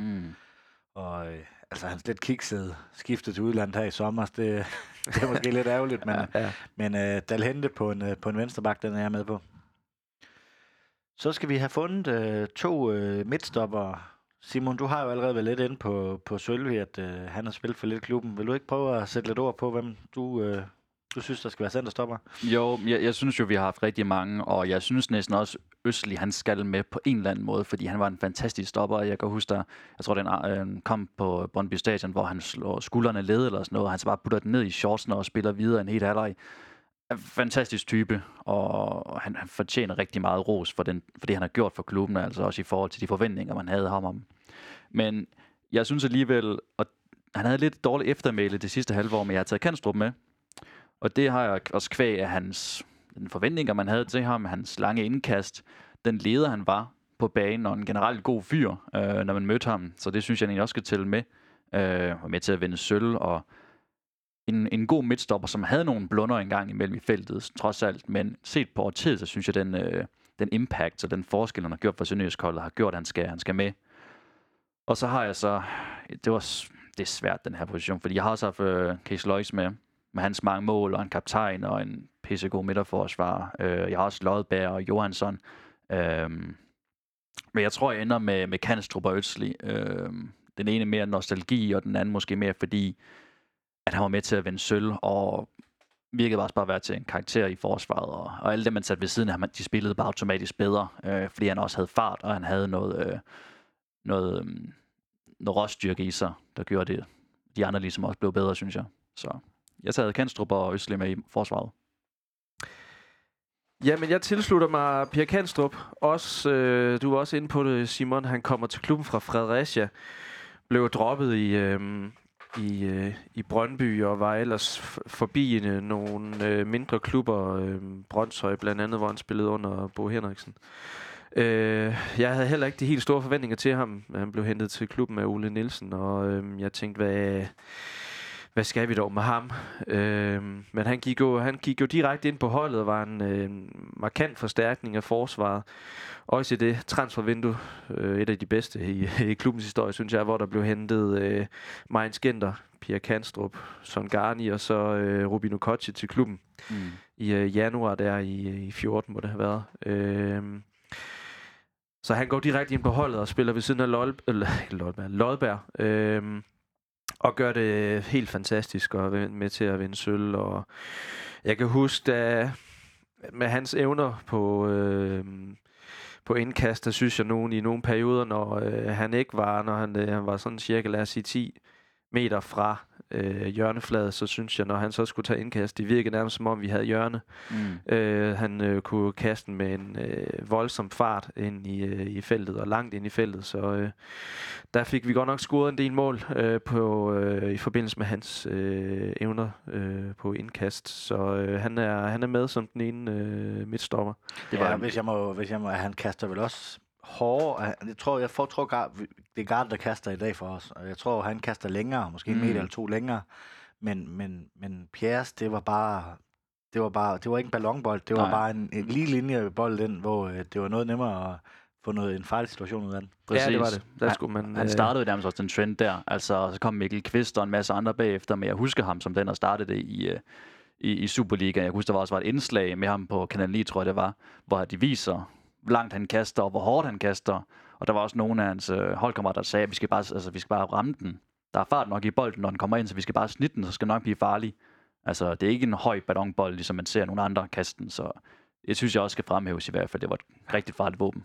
altså hans lidt kiksede skifte til udlandet her i sommer, det er måske lidt ærgerligt, men Dal Hente på en venstreback, den er jeg med på. Så skal vi have fundet 2 midtstopper. Simon, du har jo allerede været lidt inde på Sølvi, at han har spillet for lidt i klubben. Vil du ikke prøve at sætte lidt ord på, hvem du synes, der skal være centerstopper? Jo, jeg synes jo, vi har haft rigtig mange, og jeg synes næsten også, Østli, han skal med på en eller anden måde, fordi han var en fantastisk stopper. Jeg kan huske, jeg tror, den kom på Brøndby Stadion, hvor han slår skuldrene led eller sådan noget, og han så bare putter den ned i shortsene og spiller videre en helt halvleg. fantastisk type, og han fortjener rigtig meget ros for det, han har gjort for klubben, altså også i forhold til de forventninger, man havde ham om. Men jeg synes alligevel, og han havde lidt dårligt eftermæle det sidste halve år, men jeg har taget Kanstrup med. Og det har jeg også kvæg af den forventninger, man havde til ham, hans lange indkast, den leder, han var på banen, og en generelt god fyr, når man mødte ham. Så det synes jeg egentlig også skal tælle med. Var med til at vinde sølv, og en god midtstopper, som havde nogle blunder engang imellem i feltet, trods alt. Men set på årtid, så synes jeg, den impact og den forskel, han har gjort for Sønderjysk-holdet, har gjort, at han skal med. Og så har jeg det er svært, den her position, fordi jeg har også haft Case Lois med hans mange mål, og en kaptajn, og en pissegod midterforsvar. Jeg har også Lodberg og Johansson. Men jeg tror, jeg ender med Kanstrup og Özli. Den ene mere nostalgi, og den anden måske mere fordi, at han var med til at vinde sølv, og virkede bare at være til en karakter i forsvaret. Og alle dem, man satte ved siden af ham, de spillede bare automatisk bedre, fordi han også havde fart, og han havde noget råstyrke i sig, der gjorde det. De andre ligesom også blev bedre, synes jeg. Så jeg tager Kanstrup og Özli med i forsvaret. Jamen, jeg tilslutter mig Pia Kanstrup. Også, du var også inde på det, Simon. Han kommer til klubben fra Fredericia. Blev droppet i Brøndby og var ellers forbi nogle mindre klubber. Brøndshøj blandt andet, hvor han spillede under Bo Henriksen. Jeg havde heller ikke de helt store forventninger til ham. Han blev hentet til klubben af Ole Nielsen, og jeg tænkte, hvad skal vi dog med ham? Men han gik jo direkte ind på holdet og var en markant forstærkning af forsvaret. Også i det transfervindue, et af de bedste i klubbens historie, synes jeg, hvor der blev hentet Marin Skender, Pia Kanstrup, Son Garni og så Rubino Kochi til klubben i januar der i 14, må det have været. Så han går direkte ind på holdet og spiller ved siden af Lodberg. Og gør det helt fantastisk og er med til at vinde sølv. Og jeg kan huske, at med hans evner på indkast, der synes jeg i nogle perioder, når han var sådan cirka, lad os sige, 10 meter fra hjørnefladet, så synes jeg, når han så skulle tage indkast, det virkede nærmest som om vi havde hjørne. Han kunne kaste med en voldsom fart ind i feltet og langt ind i feltet, så der fik vi godt nok scoret en del mål i forbindelse med hans evner på indkast, så han er med som den ene midtstopper. Det var, hvis jeg må, han kaster vel også hårdere. Jeg tror, det er Gard, der kaster i dag for os, og jeg tror, han kaster længere, måske en meter eller to længere, men Piers, det var ikke en ballonbold, det var bare en lige linje bold den, hvor det var noget nemmere at få en fejlsituation ud af den. Præcis. Ja, det var det. Der skulle han startede jo nærmest også den trend der, altså så kom Mikkel Kvist og en masse andre bagefter, men jeg husker ham som den, der startede det i Superliga. Jeg husker, der også var et indslag med ham på Kanal 9, tror jeg det var, hvor de viser, hvor langt han kaster, og hvor hårdt han kaster. Og der var også nogle af hans holdkammerater, der sagde, at vi skal bare ramme den. Der er fart nok i bolden, når den kommer ind, så vi skal bare snitte den, så skal den nok blive farlig. Altså, det er ikke en høj ballonbold, ligesom man ser nogle andre kaste den, så jeg synes, jeg også skal fremhæves i hvert fald. Det var et rigtig farligt våben.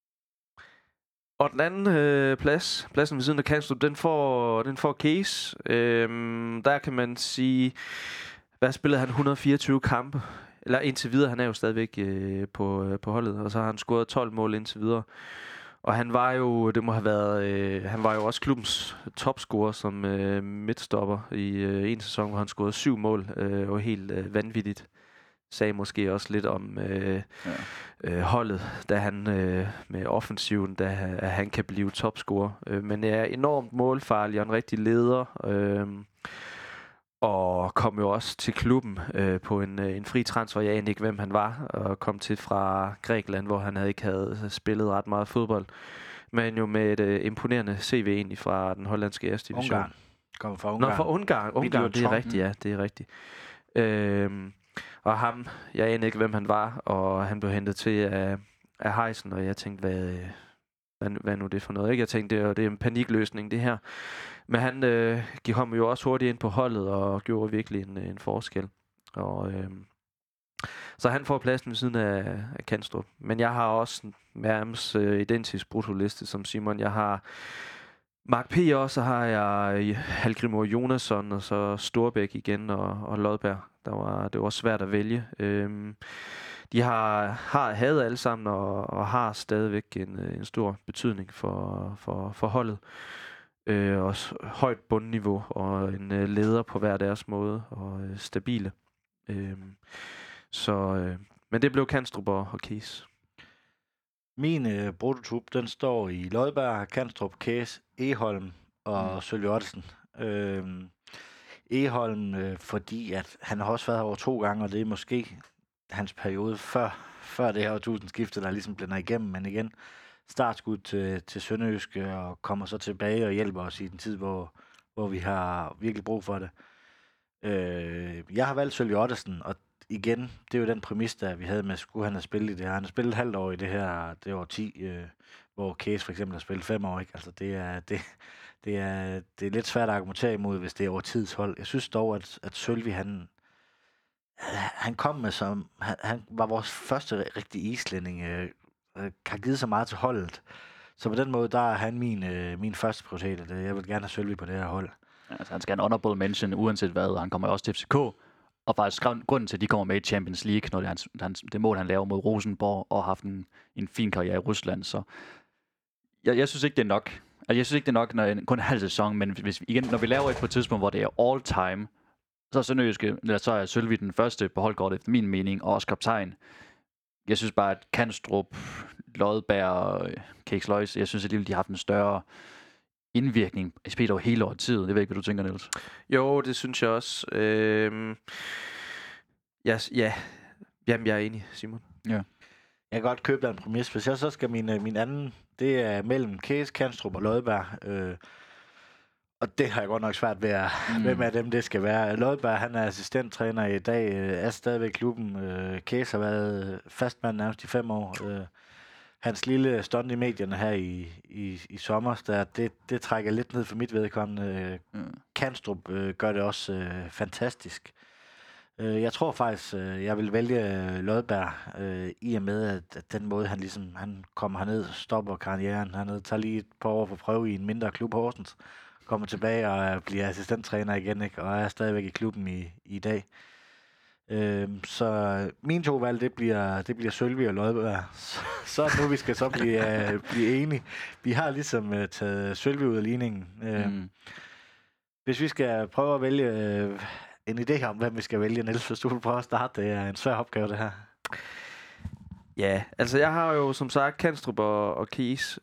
Og den anden pladsen ved siden af Kanstrup, den får Case. Der kan man sige, hvad spillede han? 124 kampe. Eller indtil videre, han er jo stadigvæk på holdet, og så har han scoret 12 mål indtil videre. Og han var jo, han var jo også klubbens topscorer som midtstopper i en sæson, hvor han scorede 7 mål, og helt vanvittigt. Sagde måske også lidt om holdet, da han med offensiven, da han kan blive topscorer. Men er enormt målfarlig og en rigtig leder. Og kom jo også til klubben på en fri transfer. Jeg anede ikke, hvem han var, og kom til fra Grækenland, hvor han ikke havde spillet ret meget fodbold. Men jo med et imponerende CV egentlig fra den hollandske erste division. Ungarn. Kommer fra Ungarn. Nå, fra Ungarn, det er rigtigt, ja, det er rigtigt. Og ham, jeg anede ikke, hvem han var, og han blev hentet til af Heisen, og jeg tænkte, hvad nu det for noget, ikke? Jeg tænkte, det er en panikløsning, det her. Men han kom jo også hurtigt ind på holdet, og gjorde virkelig en forskel. Og, så han får pladsen ved siden af Kanstrup. Men jeg har også nærmest identisk bruttoliste som Simon. Jeg har Mark P. også, så har jeg Hallgrímur Jónasson, og så Storbæk igen, og Lodberg. Det var svært at vælge. De havde alle sammen, og har stadigvæk en stor betydning for holdet. Også højt bundniveau, og en leder på hver deres måde, og stabile. Men det blev Kanstrup og Kies. Min brutotrup, den står i Lodberg, Kanstrup, Kies, Egholm og Sølvi Ottesen. Egholm, fordi at han har også været her over 2 gange, og det er måske hans periode før det her årtusindskifte, der ligesom blænder igennem, men igen startskud til Sønderjyske og kommer så tilbage og hjælper os i den tid, hvor vi har virkelig brug for det. Jeg har valgt Sølvi Ottesen, og igen, det er jo den præmis, der vi havde med, skulle han have spillet i det her. Han har spillet et halvt år i det år 10, hvor Case for eksempel har spillet 5 år, ikke? Altså det er lidt svært at argumentere imod, hvis det er over tidshold. Jeg synes dog, at Sølvi, han kom med han var vores første rigtige islænding, har givet så meget til holdet. Så på den måde, der er han min første prioritet. Jeg vil gerne have Sølvi på det her hold. Altså, han skal have en honorable mention, uanset hvad. Han kommer også til FCK. Og faktisk grunden til, at de kommer med i Champions League, når det er det mål, han laver mod Rosenborg, og har haft en fin karriere i Rusland. Så jeg synes ikke, det er nok. Altså, jeg synes ikke, det er nok, kun en halv sæson, men når vi laver et på et tidspunkt, hvor det er all time, så er Sølvi den første på holdkortet, efter min mening, og også kaptajn. Jeg synes bare, at Kanstrup, Lodberg og Cakes Lois, jeg synes alligevel, de har haft en større indvirkning i spillet over hele året tid. Det ved jeg ikke, hvad du tænker, Niels. Jo, det synes jeg også. Jamen, jeg er enig, Simon. Ja. Jeg kan godt købe den præmis. Hvis jeg så skal min anden, det er mellem Case, Kanstrup og Lodberg. Og det har jeg godt nok svært ved at hvem af dem det skal være. Lodberg, han er assistenttræner i dag, er stadigvæk i klubben. Case har været fastmand nærmest i 5 år. Hans lille stunt i medierne her i sommer, det trækker lidt ned for mit vedkommende. Kanstrup gør det også fantastisk. Jeg tror faktisk, jeg vil vælge Lodberg, i og med, at den måde, han kommer herned, stopper karrieren hernede, tager lige et par år på prøve i en mindre klub, Horsens, kommer tilbage og bliver assistenttræner igen, ikke? Og er stadigvæk i klubben i dag. Så mine 2 valg, det bliver Sølvi og Lodberg. Så nu vi skal så blive enige. Vi har ligesom taget Sølvi ud af ligningen. Hvis vi skal prøve at vælge en idé om, hvem vi skal vælge, Niels, hvis du vil prøve at starte, det er en svær opgave, det her. Ja, altså jeg har jo som sagt Kanstrup og Kies.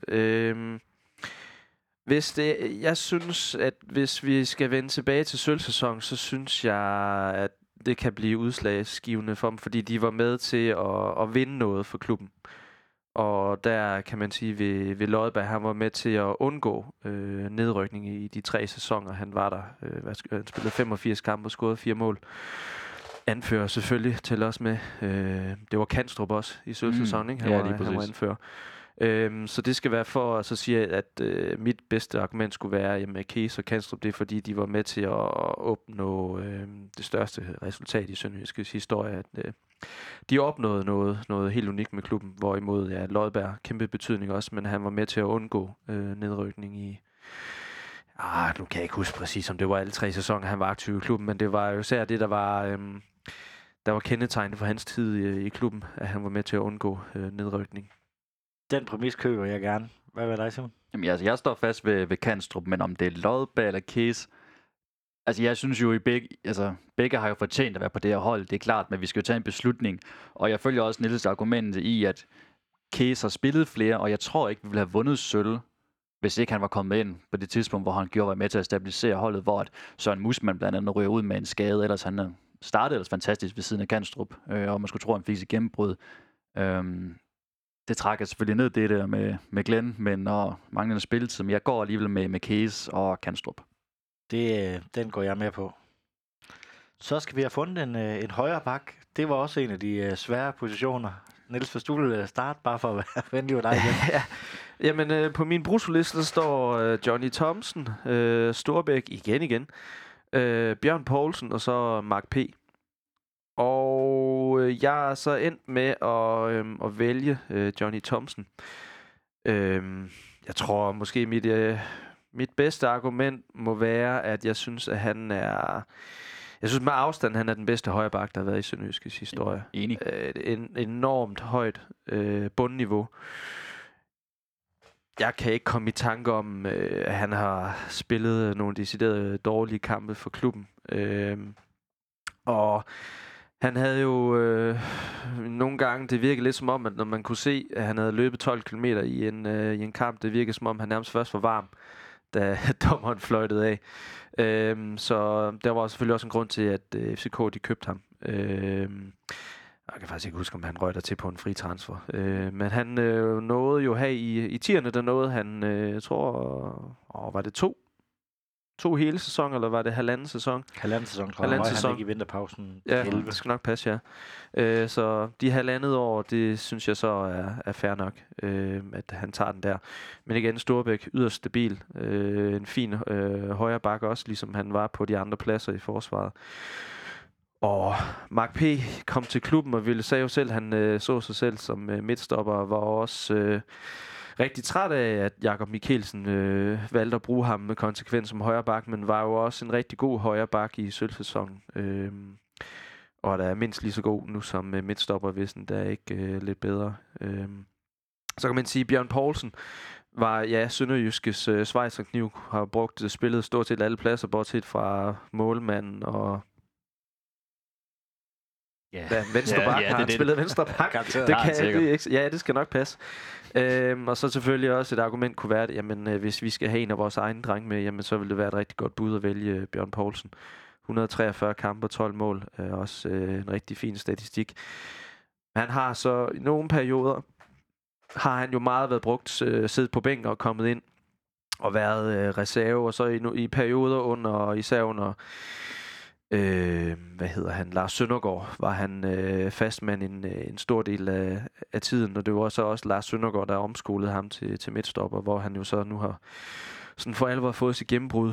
Jeg synes, at hvis vi skal vende tilbage til sølvsæson, så synes jeg, at det kan blive udslagsgivende for dem, fordi de var med til at vinde noget for klubben. Og der kan man sige, ved Lodberg, han var med til at undgå nedrykning i de 3 sæsoner. Han var der. Han spillede 85 kampe og scorede 4 mål. Anfører selvfølgelig til os med. Det var Kanstrup også i sølvsæsonen, ikke? Han var anfører. Så det skal være for at så sige, at mit bedste argument skulle være, at Case og Kanstrup, det er fordi, de var med til at opnå det største resultat i Sønderjyskes historie. At de opnåede noget helt unikt med klubben, hvorimod Lodberg kæmpe betydning også, men han var med til at undgå nedrykning i... nu kan jeg ikke huske præcis, om det var alle 3 sæsoner, han var aktiv i klubben, men det var jo især det, der var kendetegnet for hans tid i klubben, at han var med til at undgå nedrykning. Den præmis køber jeg gerne. Hvad var dig, Simon? Jamen, altså, jeg står fast ved Kanstrup, men om det er Lodberg eller Case, altså jeg synes jo, begge har jo fortjent at være på det her hold. Det er klart, men vi skal jo tage en beslutning. Og jeg følger også Niels' argument i, at Case har spillet flere, og jeg tror ikke, vi ville have vundet sølv, hvis ikke han var kommet ind på det tidspunkt, hvor han var med til at stabilisere holdet, hvor at Søren Musman blandt andet ryger ud med en skade, ellers han startede ellers fantastisk ved siden af Kanstrup, og man skulle tro, at han fik sit gennembrud. Det trækker selvfølgelig ned det der med Glenn, men når manglende spilletid, men jeg går alligevel med Case og Kanstrup. Den går jeg med på. Så skal vi have fundet en højre bak. Det var også en af de svære positioner. Niels, hvis du vil starte, bare for at være venlig ved dig igen. Jamen, på min brutoliste står Johnny Thomsen, Storbæk igen, Bjørn Poulsen og så Mark P. Og jeg er så endt med at vælge Johnny Thomsen. Jeg tror måske Mit bedste argument må være, at jeg synes, at han er... Jeg synes med afstand, han er den bedste højreback, der har været i Sønderjyskes historie. Enig. Et enormt højt bundniveau. Jeg kan ikke komme i tanke om, at han har spillet nogle deciderede dårlige kampe for klubben. Og han havde jo nogle gange, det virkede lidt som om, at når man kunne se, at han havde løbet 12 km i en kamp, det virkede som om, han nærmest først var varm, da dommeren fløjtede af. Så der var selvfølgelig også en grund til, at FCK de købte ham. Jeg kan faktisk ikke huske, om han røg der til på en fri transfer. Men han nåede jo her i 10'erne, der nåede han, jeg tror, var det to hele sæsoner, eller var det halvanden sæson? Halvanden sæson, tror jeg. Han ikke i vinterpausen. Ja, 11. Det skal nok passe, ja. Så de halvandet år, det synes jeg så er fair nok, at han tager den der. Men igen, Storbæk, yderst stabil. En fin højre bak også, ligesom han var på de andre pladser i forsvaret. Og Mark P. kom til klubben og sagde jo selv, han så sig selv som midtstopper, var også rigtig træt af, at Jakob Mikkelsen valgte at bruge ham med konsekvens som højreback, men var jo også en rigtig god højreback i sølvsæsonen. Og der er mindst lige så god nu som midtstopper, hvis den der er ikke lidt bedre. Så kan man sige, at Bjørn Poulsen var Sønderjyskes svejserkniv, har brugt spillet stort set alle pladser, bortset fra målmanden og venstreback. Har han spillet venstreback? Det skal nok passe. Og så selvfølgelig også et argument kunne være, at jamen, hvis vi skal have en af vores egne drenge med, jamen, så vil det være et rigtig godt bud at vælge Bjørn Poulsen. 143 kampe og 12 mål. Også en rigtig fin statistik. Han har så i nogle perioder, har han jo meget været brugt, siddet på bænken og kommet ind og været reserve, og så i perioder især under Lars Søndergaard, var han fastmand en stor del af tiden, og det var så også Lars Søndergaard, der omskolede ham til midtstopper, hvor han jo så nu har sådan for alvor fået sit gennembrud.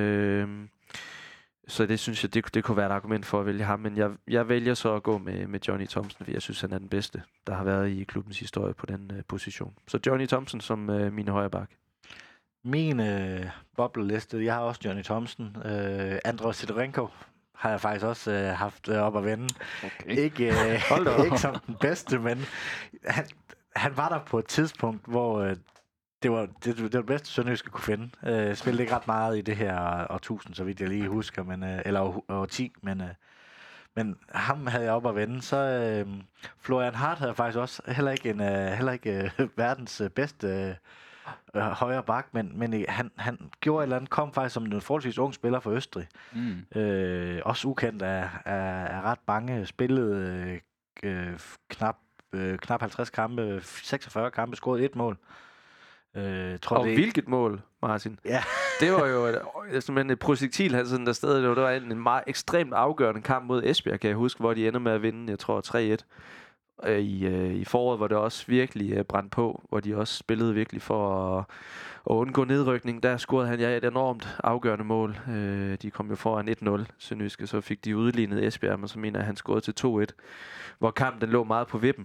Så det synes jeg, det kunne være et argument for at vælge ham, men jeg vælger så at gå med Johnny Thomsen, fordi jeg synes, han er den bedste, der har været i klubbens historie på den position. Så Johnny Thomsen som mine højreback. Min bobleliste, jeg har også Johnny Thomsen. Andrei Sidorenko har jeg faktisk også haft op at vende. Okay. Ikke som den bedste, men han var der på et tidspunkt, hvor det var det bedste sønderjyske kunne finde. Spillede ikke ret meget i det her årtusind, så vidt jeg lige husker, men, eller årti, men ham havde jeg op at vende. Så Florian Hart havde faktisk også heller ikke verdens bedste højre bak, men han gjorde et eller andet, kom faktisk som en forholdsvis ung spiller fra Østrig. Også ukendt af ret mange, spillede knap 50 kampe, 46 kampe, scoret 1 mål. Hvilket mål, Martin? Ja. Det var jo simpelthen et projektil, der stadig, det var en meget ekstremt afgørende kamp mod Esbjerg, kan jeg huske, hvor de ender med at vinde, jeg tror 3-1. I foråret, hvor det også virkelig brændte på, hvor de også spillede virkelig for at undgå nedrykning. Der scorede han et enormt afgørende mål. De kom jo foran 1-0, Sønderjyske, så fik de udlignet Esbjerg, men så mener jeg, at han scorede til 2-1, hvor kampen den lå meget på vippen.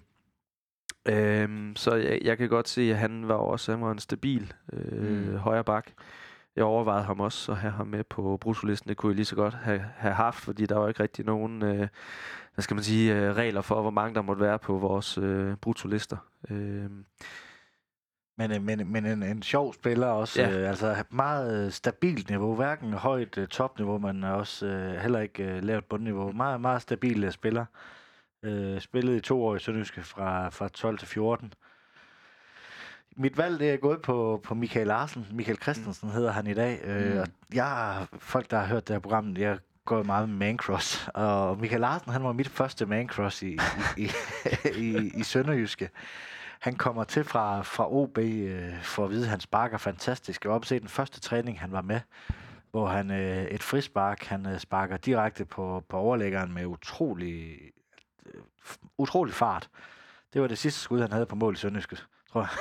Så jeg kan godt se, at han var en stabil højre bak. Jeg overvejede ham også at have ham med på bruttolisten. Det kunne jeg lige så godt have haft, fordi der var ikke rigtig nogen regler for, hvor mange der måtte være på vores bruttolister. Men en sjov spiller også. Altså meget stabilt niveau. Hverken højt topniveau, men også heller ikke lavt bundniveau. Meget, meget stabil spiller. Spillede i 2 år i Sønderjyske fra 12 til 14. Mit valg det er gået på Michael Larsen. Michael Christensen hedder han i dag. Og folk, der har hørt det her program, jeg går meget med mancross. Og Michael Larsen, han var mit første mancross i Sønderjyske. Han kommer til fra OB for at vide, at han sparker fantastisk. Jeg var oppe se den første træning, han var med, hvor han et frispark, han sparker direkte på overlæggeren med utrolig fart. Det var det sidste skud, han havde på mål i Sønderjyske, tror jeg.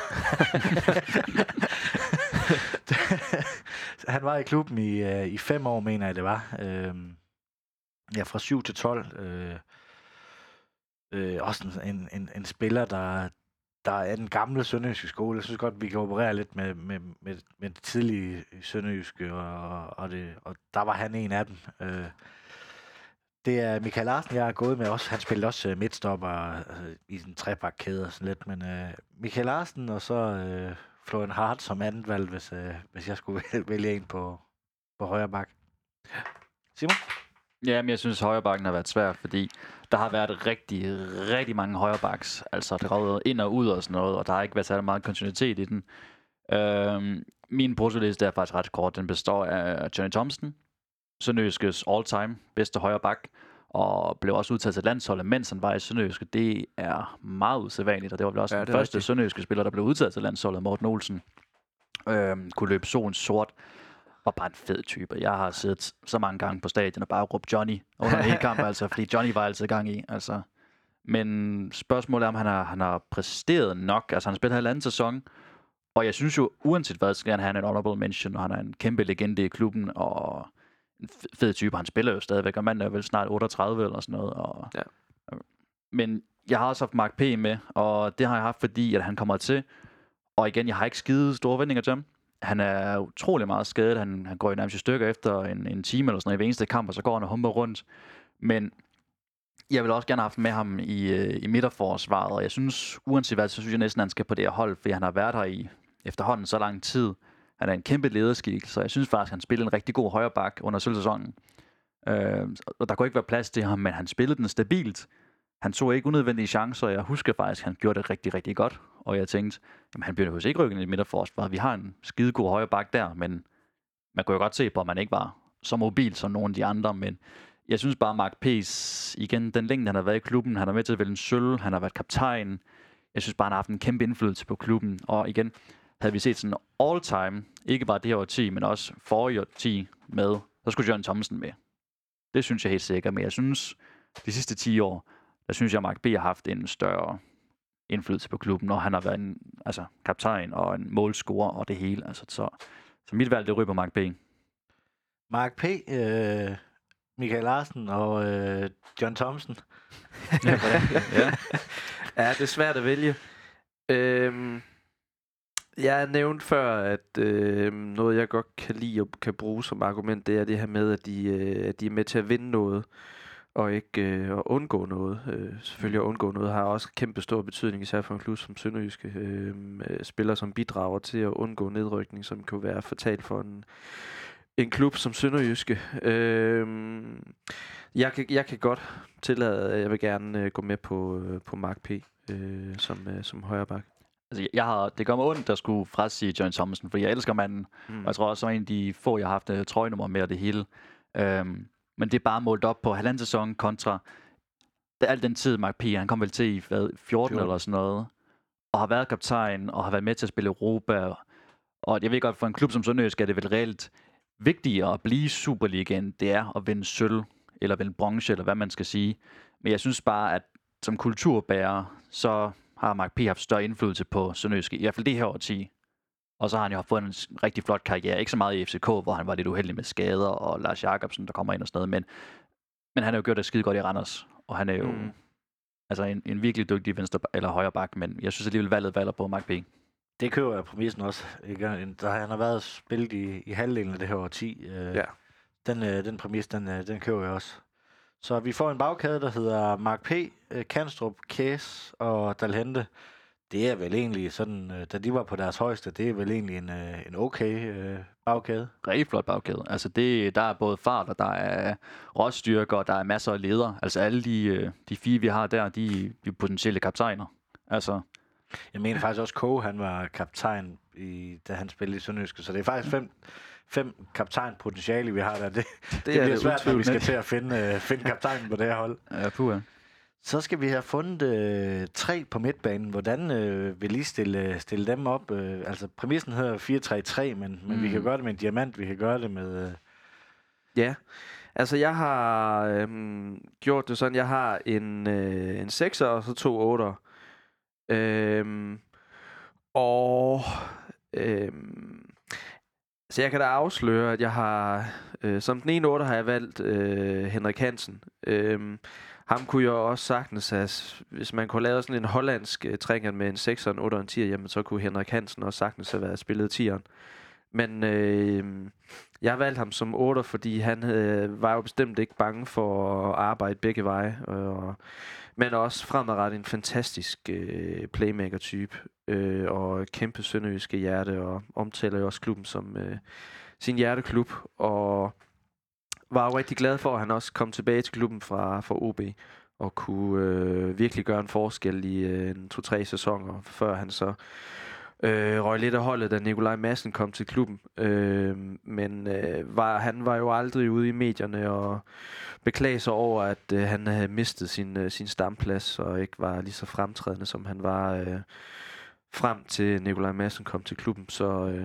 Han var i klubben i 5 år, mener jeg det var. Fra 7 til 12. Også en spiller, der er den gamle sønderjyske skole. Jeg synes godt, vi kan operere lidt med det tidlige sønderjyske, og der var han en af dem. Det er Michael Larsen, jeg har gået med også. Han spillede også midtstopper i en trebakkæde og sådan lidt, men Michael Larsen og så Florian Hart som andet valg, hvis jeg skulle vælge en på højre bak. Simon? Ja, men jeg synes, at højrebakken har været svær, fordi der har været rigtig, rigtig mange højrebacks. Altså, der har været ind og ud og sådan noget, og der har ikke været særlig meget kontinuitet i den. Min bruttoliste er faktisk ret kort. Den består af Johnny Thomsen, Sønderjyskes all-time bedste højreback, og blev også udtaget til landsholdet, mens han var i Sønderjyske. Det er meget usædvanligt, og det var vel også den første sønderjyske spiller, der blev udtaget til landsholdet, Morten Olsen. Kunne løbe solen sort. Var bare en fed type. Jeg har siddet så mange gange på stadion og bare råbt Johnny under en hel kamp, altså, fordi Johnny var altid i gang i. Altså. Men spørgsmålet er, om han har præsteret nok. Altså, han har spillet halvanden sæson, og jeg synes jo, uanset hvad, skal han have en honorable mention, og han er en kæmpe legende i klubben, og en fed type. Han spiller jo stadigvæk, og manden er vel snart 38 eller sådan noget. Og, ja. Men jeg har også haft Mark P. med, og det har jeg haft, fordi at han kommer til. Og igen, jeg har ikke skide store vendinger til ham. Han er utrolig meget skadet. Han går i nærmest i stykker efter en time eller sådan noget i hver eneste kamp, og så går han og humper rundt. Men jeg vil også gerne have haft med ham i midterforsvaret, og jeg synes, uanset hvad, så synes jeg næsten, at han skal på det her hold, fordi han har været her i efterhånden så lang tid. Han er en kæmpe lederskik, så jeg synes faktisk, at han spillede en rigtig god højreback under sæsonen. Og der kunne ikke være plads til ham, men han spillede den stabilt. Han tog ikke unødvendige chancer, og jeg husker faktisk, at han gjorde det rigtig, rigtig godt. Og jeg tænkte, jamen, han bliver jo ikke rykket i midterforsvaret. Vi har en skidegod højre bak der, men man kunne jo godt se på, at man ikke var så mobil som nogle af de andre. Men jeg synes bare, Mark P's, igen, den længde, han har været i klubben, han har med til at vælge en sølv, han har været kaptajn. Jeg synes bare, han har haft en kæmpe indflydelse på klubben. Og igen, havde vi set sådan all-time, ikke bare det her årti, men også forrige årti med, så skulle Johnny Thomsen med. Det synes jeg helt sikkert, men jeg synes, de sidste 10 år, der synes jeg, at Mark B. har haft en større indflydelse på klubben, og han har været en kaptajn og en målscorer og det hele. Altså, så mit valg, det ryger på Mark P. Mark P., Michael Larsen og John Thomsen. Ja. Ja, det er svært at vælge. Jeg nævnte før, at noget, jeg godt kan lide og kan bruge som argument, det er det her med, at de er med til at vinde noget, og ikke at undgå noget. Selvfølgelig at undgå noget har også kæmpe stor betydning, især for en klub som Sønderjyske. Spillere, som bidrager til at undgå nedrykning, som kan være fatalt for en klub som Sønderjyske. Jeg kan godt tillade, at jeg vil gerne gå med på Mark P. Som højreback. Altså, det gør mig ondt, der skulle frasige Johnny Thomsen, fordi jeg elsker manden. Og jeg tror også, at en af de få, jeg har haft trøjenummer med og det hele. Men det er bare målt op på halvanden sæson kontra al den tid, Mark P. Han kom vel til i 14 eller sådan noget, og har været kaptajn, og har været med til at spille Europa. Og jeg ved godt, for en klub som Sønderjysk er det vel reelt vigtigere at blive Superligaen, det er at vinde sølv, eller vinde bronze, eller hvad man skal sige. Men jeg synes bare, at som kulturbærer, så har Mark P. haft større indflydelse på Sønderjysk, i hvert fald det her årti. Og så har han jo fået en rigtig flot karriere. Ikke så meget i FCK, hvor han var lidt uheldig med skader, og Lars Jacobsen, der kommer ind og sådan noget. Men han har jo gjort det skide godt i Randers. Og han er jo altså en virkelig dygtig venstre eller højre bak, men jeg synes alligevel valget på Mark P. Det køber jeg præmissen også. Ikke? Han har været spillet i halvdelen af det her årti. Ja. Den præmis, den køber jeg også. Så vi får en bagkæde, der hedder Mark P., Kanstrup, Kæs og Dalhente. Det er vel egentlig sådan, da de var på deres højeste, det er vel egentlig en okay bagkæde. Rigtig flot bagkæde. Altså der er både fart, og der er råstyrker, og der er masser af ledere. Altså alle de 4, vi har der, de er potentielle kaptajner. Altså. Jeg mener faktisk også, K. han var kaptajn, da han spillede i Sønderjyske, så det er faktisk 5 kaptajnpotentiale, vi har der. Det bliver svært, når vi skal til at finde kaptajnen på det her hold. Ja, puha. Så skal vi have fundet 3 på midtbanen. Hvordan vil I stille dem op? Altså, præmissen hedder 4-3-3, men vi kan gøre det med en diamant, vi kan gøre det med... Ja, altså jeg har gjort det sådan, jeg har en 6'er og så 2 8'er. Så jeg kan da afsløre, at jeg har som den ene 8 har jeg valgt Henrik Hansen. ham kunne jo også sagtens have, hvis man kunne lave sådan en hollandsk trekant med en 6'er, en 8'er og en 10'er, jamen så kunne Henrik Hansen også sagtens have været spillet 10'eren. Men jeg valgte ham som 8'er, fordi han var jo bestemt ikke bange for at arbejde begge veje. Men også fremadrettet en fantastisk playmaker-type. Og kæmpe sønderjyske hjerte, og omtaler jo også klubben som sin hjerteklub. Og var jo rigtig glad for, at han også kom tilbage til klubben fra OB. Og kunne virkelig gøre en forskel i 2-3 sæsoner, før han så røg lidt af holdet, da Nikolaj Madsen kom til klubben. Men han var jo aldrig ude i medierne og beklagede sig over, at han havde mistet sin stamplads og ikke var lige så fremtrædende, som han var frem til Nikolaj Madsen kom til klubben. Så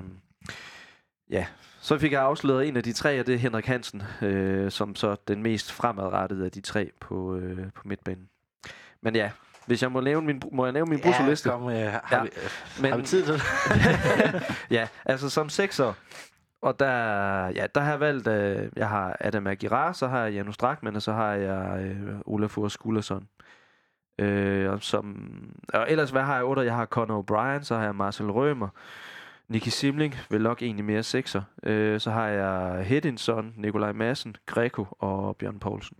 så fik jeg afsløret en af de 3, og det er Henrik Hansen, som så den mest fremadrettede af de 3 på midtbanen. Men ja, hvis jeg må nævne min bruttoliste. Har vi tid til det? Ja, altså som 6'er. Og der har jeg valgt, jeg har Adam Aguilar, så har jeg Janus Drachmann, og så har jeg Olafur Skúlason. Og ellers, hvad har jeg 8'er? Jeg har Conor O'Brien, så har jeg Marcel Rømer, Nicky Simling, vel nok egentlig mere 6'er. Så har jeg Hedinsson, Nikolaj Madsen, Greco og Bjørn Poulsen.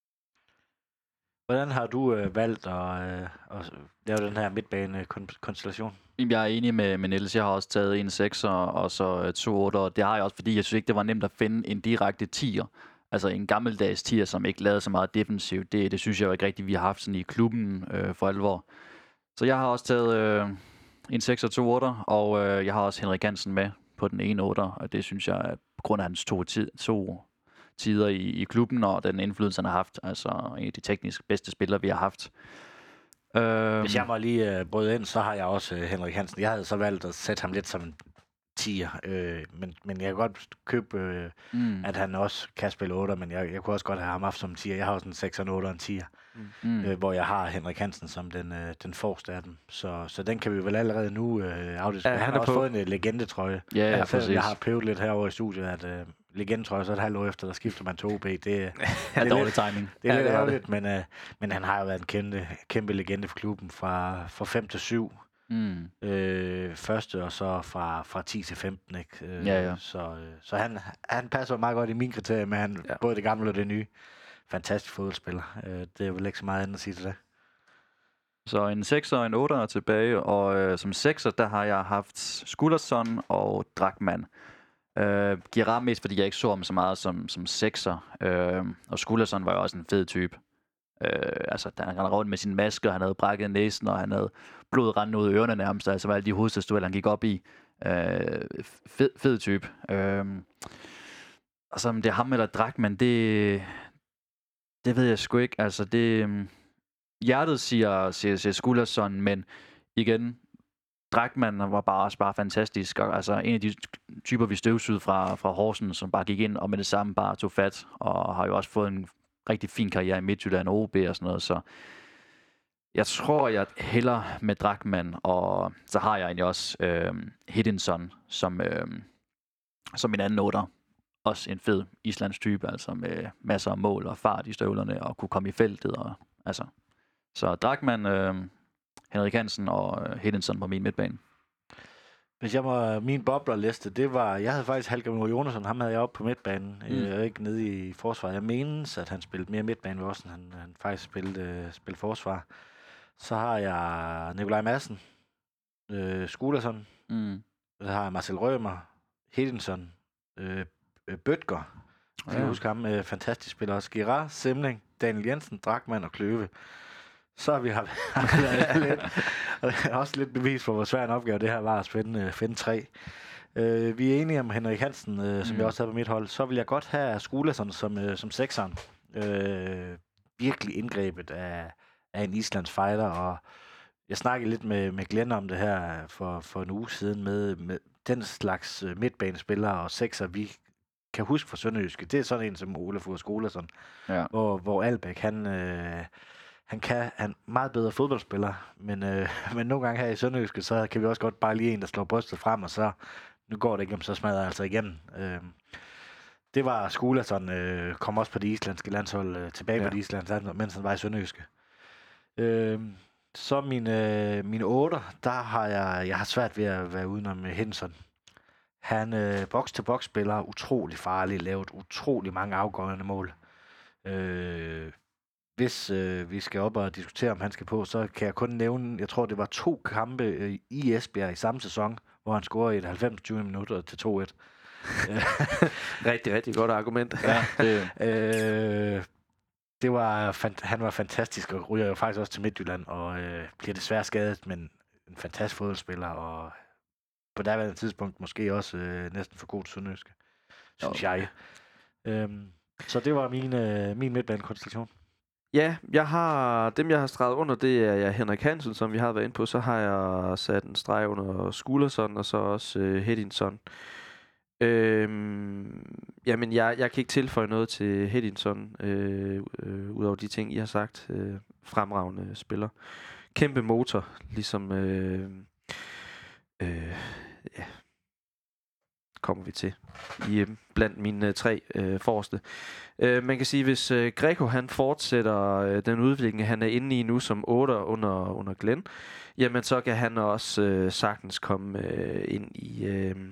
Hvordan har du valgt at lave den her midtbane-konstellation? Jeg er enig med Niels. Jeg har også taget en 6'er og så 2 8'er. Det har jeg også, fordi jeg synes ikke, det var nemt at finde en direkte 10'er. Altså en gammeldags 10'er, som ikke lavede så meget defensivt. Det synes jeg jo ikke rigtigt, vi har haft sådan i klubben for alvor. Så jeg har også taget en 6'er og 2 8'er, og jeg har også Henrik Hansen med på den ene 8'er. Og det synes jeg, på grund af hans to tider i klubben, og den indflydelse, han har haft. Altså en af de teknisk bedste spillere, vi har haft. Hvis jeg må lige bryde ind, så har jeg også Henrik Hansen. Jeg havde så valgt at sætte ham lidt som en 10'er, men jeg kan godt købe, at han også kan spille 8'er, men jeg kunne også godt have ham haft som 10'er. Jeg har også en 6'er, en 8'er og en 10'er, hvor jeg har Henrik Hansen som den forreste af dem. Så den kan vi vel allerede nu afdiskutere. Han har også fået en legendetrøje. Ja, præcis. Jeg har pøvet lidt herovre i studiet, at legendetrøje, så et halvt år efter, der skifter man til OB. Det er dårlig timing. Det er lidt ærgerligt, men han har jo været en kæmpe legende for klubben fra 5 til 7. Første, og så fra 10 til 15, ikke? Ja. Så han passer meget godt i mine kriterier, men både det gamle og det nye. Fantastisk fodboldspiller. Det er vel ikke så meget andet at sige til det. Så en 6'er og en 8'er tilbage, og som 6'er, der har jeg haft Skúlason og Drachmann. Giver mest, fordi jeg ikke så ham så meget som 6'er. Og Skúlason var jo også en fed type. Altså, han rendte rundt med sin maske, og han havde brækket næsen, og han havde blod rendende ud af ørerne nærmest, altså var alle de hovedstødstueller, han gik op i. Fed type. Og så om det er ham eller Drachmann, det ved jeg sgu ikke. Altså, hjertet siger Skúlason, men igen, Drachmann var bare fantastisk. Og, altså, en af de typer, vi støvsugede fra Horsens, som bare gik ind og med det samme bare tog fat, og har jo også fået en rigtig fin karriere i Midtjylland og OB og sådan noget, så jeg tror, jeg hælder med Drachmann, og så har jeg egentlig også Hedinsson som en anden 8'er. Også en fed islands type, altså med masser af mål og fart i støvlerne, og kunne komme i feltet. Og, altså. Så Drachmann, Henrik Hansen og Hedinsson på min midtbane. Hvis jeg var min boblerliste, jeg havde faktisk Halker Jonason, ham havde jeg oppe på midtbanen, ikke nede i forsvaret. Jeg menes, at han spillede mere midtbane også, end han faktisk spillede forsvar. Så har jeg Nikolaj Madsen, Skúlason, så har jeg Marcel Rømer, Hedinsson, Bødker, jeg husker ham, fantastisk spiller også, Gerard, Simling, Daniel Jensen, Drachmann og Kløve. Så har vi også lidt bevis for, hvor svær en opgave det her var at finde 3. Vi er enige om Henrik Hansen, som jeg også havde på mit hold. Så vil jeg godt have Skúlason som 6'eren. Virkelig indgrebet af en Islands fighter, og jeg snakkede lidt med Glenn om det her for en uge siden med den slags midtbanespillere og 6'er, vi kan huske fra Sønderjyske. Det er sådan en som Olafur Skúlason, hvor Albæk, han er meget bedre fodboldspiller, men nogle gange her i Sønderjyske, så kan vi også godt bare lige en, der slår brystet frem, og så, nu går det ikke, så smadrer jeg altså igen. det var Skulason, kom også på det islandske landshold, tilbage på det islandske landshold, mens han var i Sønderjyske. Så mine 8'er, der har jeg har svært ved at være udenom Henson. Han box-to-box spiller utrolig farlig, lavet utrolig mange afgørende mål. Hvis vi skal op og diskutere, om han skal på, så kan jeg kun nævne, jeg tror, det var 2 kampe i Esbjerg i samme sæson, hvor han scorede i et 90-20 minutter til 2-1. Rigtig, rigtig godt argument. Ja, han var fantastisk, og ryger jo faktisk også til Midtjylland, og bliver desværre skadet, men en fantastisk fodboldspiller, og på daværende tidspunkt måske også næsten for god til Sønderjyske, synes jeg. Så det var min midtbanekonstellation. Ja, jeg har streget under, det er Henrik Hansen, som vi har været inde på. Så har jeg sat en streg under Skulason, og så også Hedinson. Jamen, jeg kan ikke tilføje noget til Hedinson, udover de ting, I har sagt. Fremragende spiller. Kæmpe motor, ligesom... ja, kommer vi til blandt mine 3 forreste. Man kan sige, hvis Greco han fortsætter den udvikling, han er inde i nu som 8 under Glenn, jamen så kan han også sagtens komme ind i...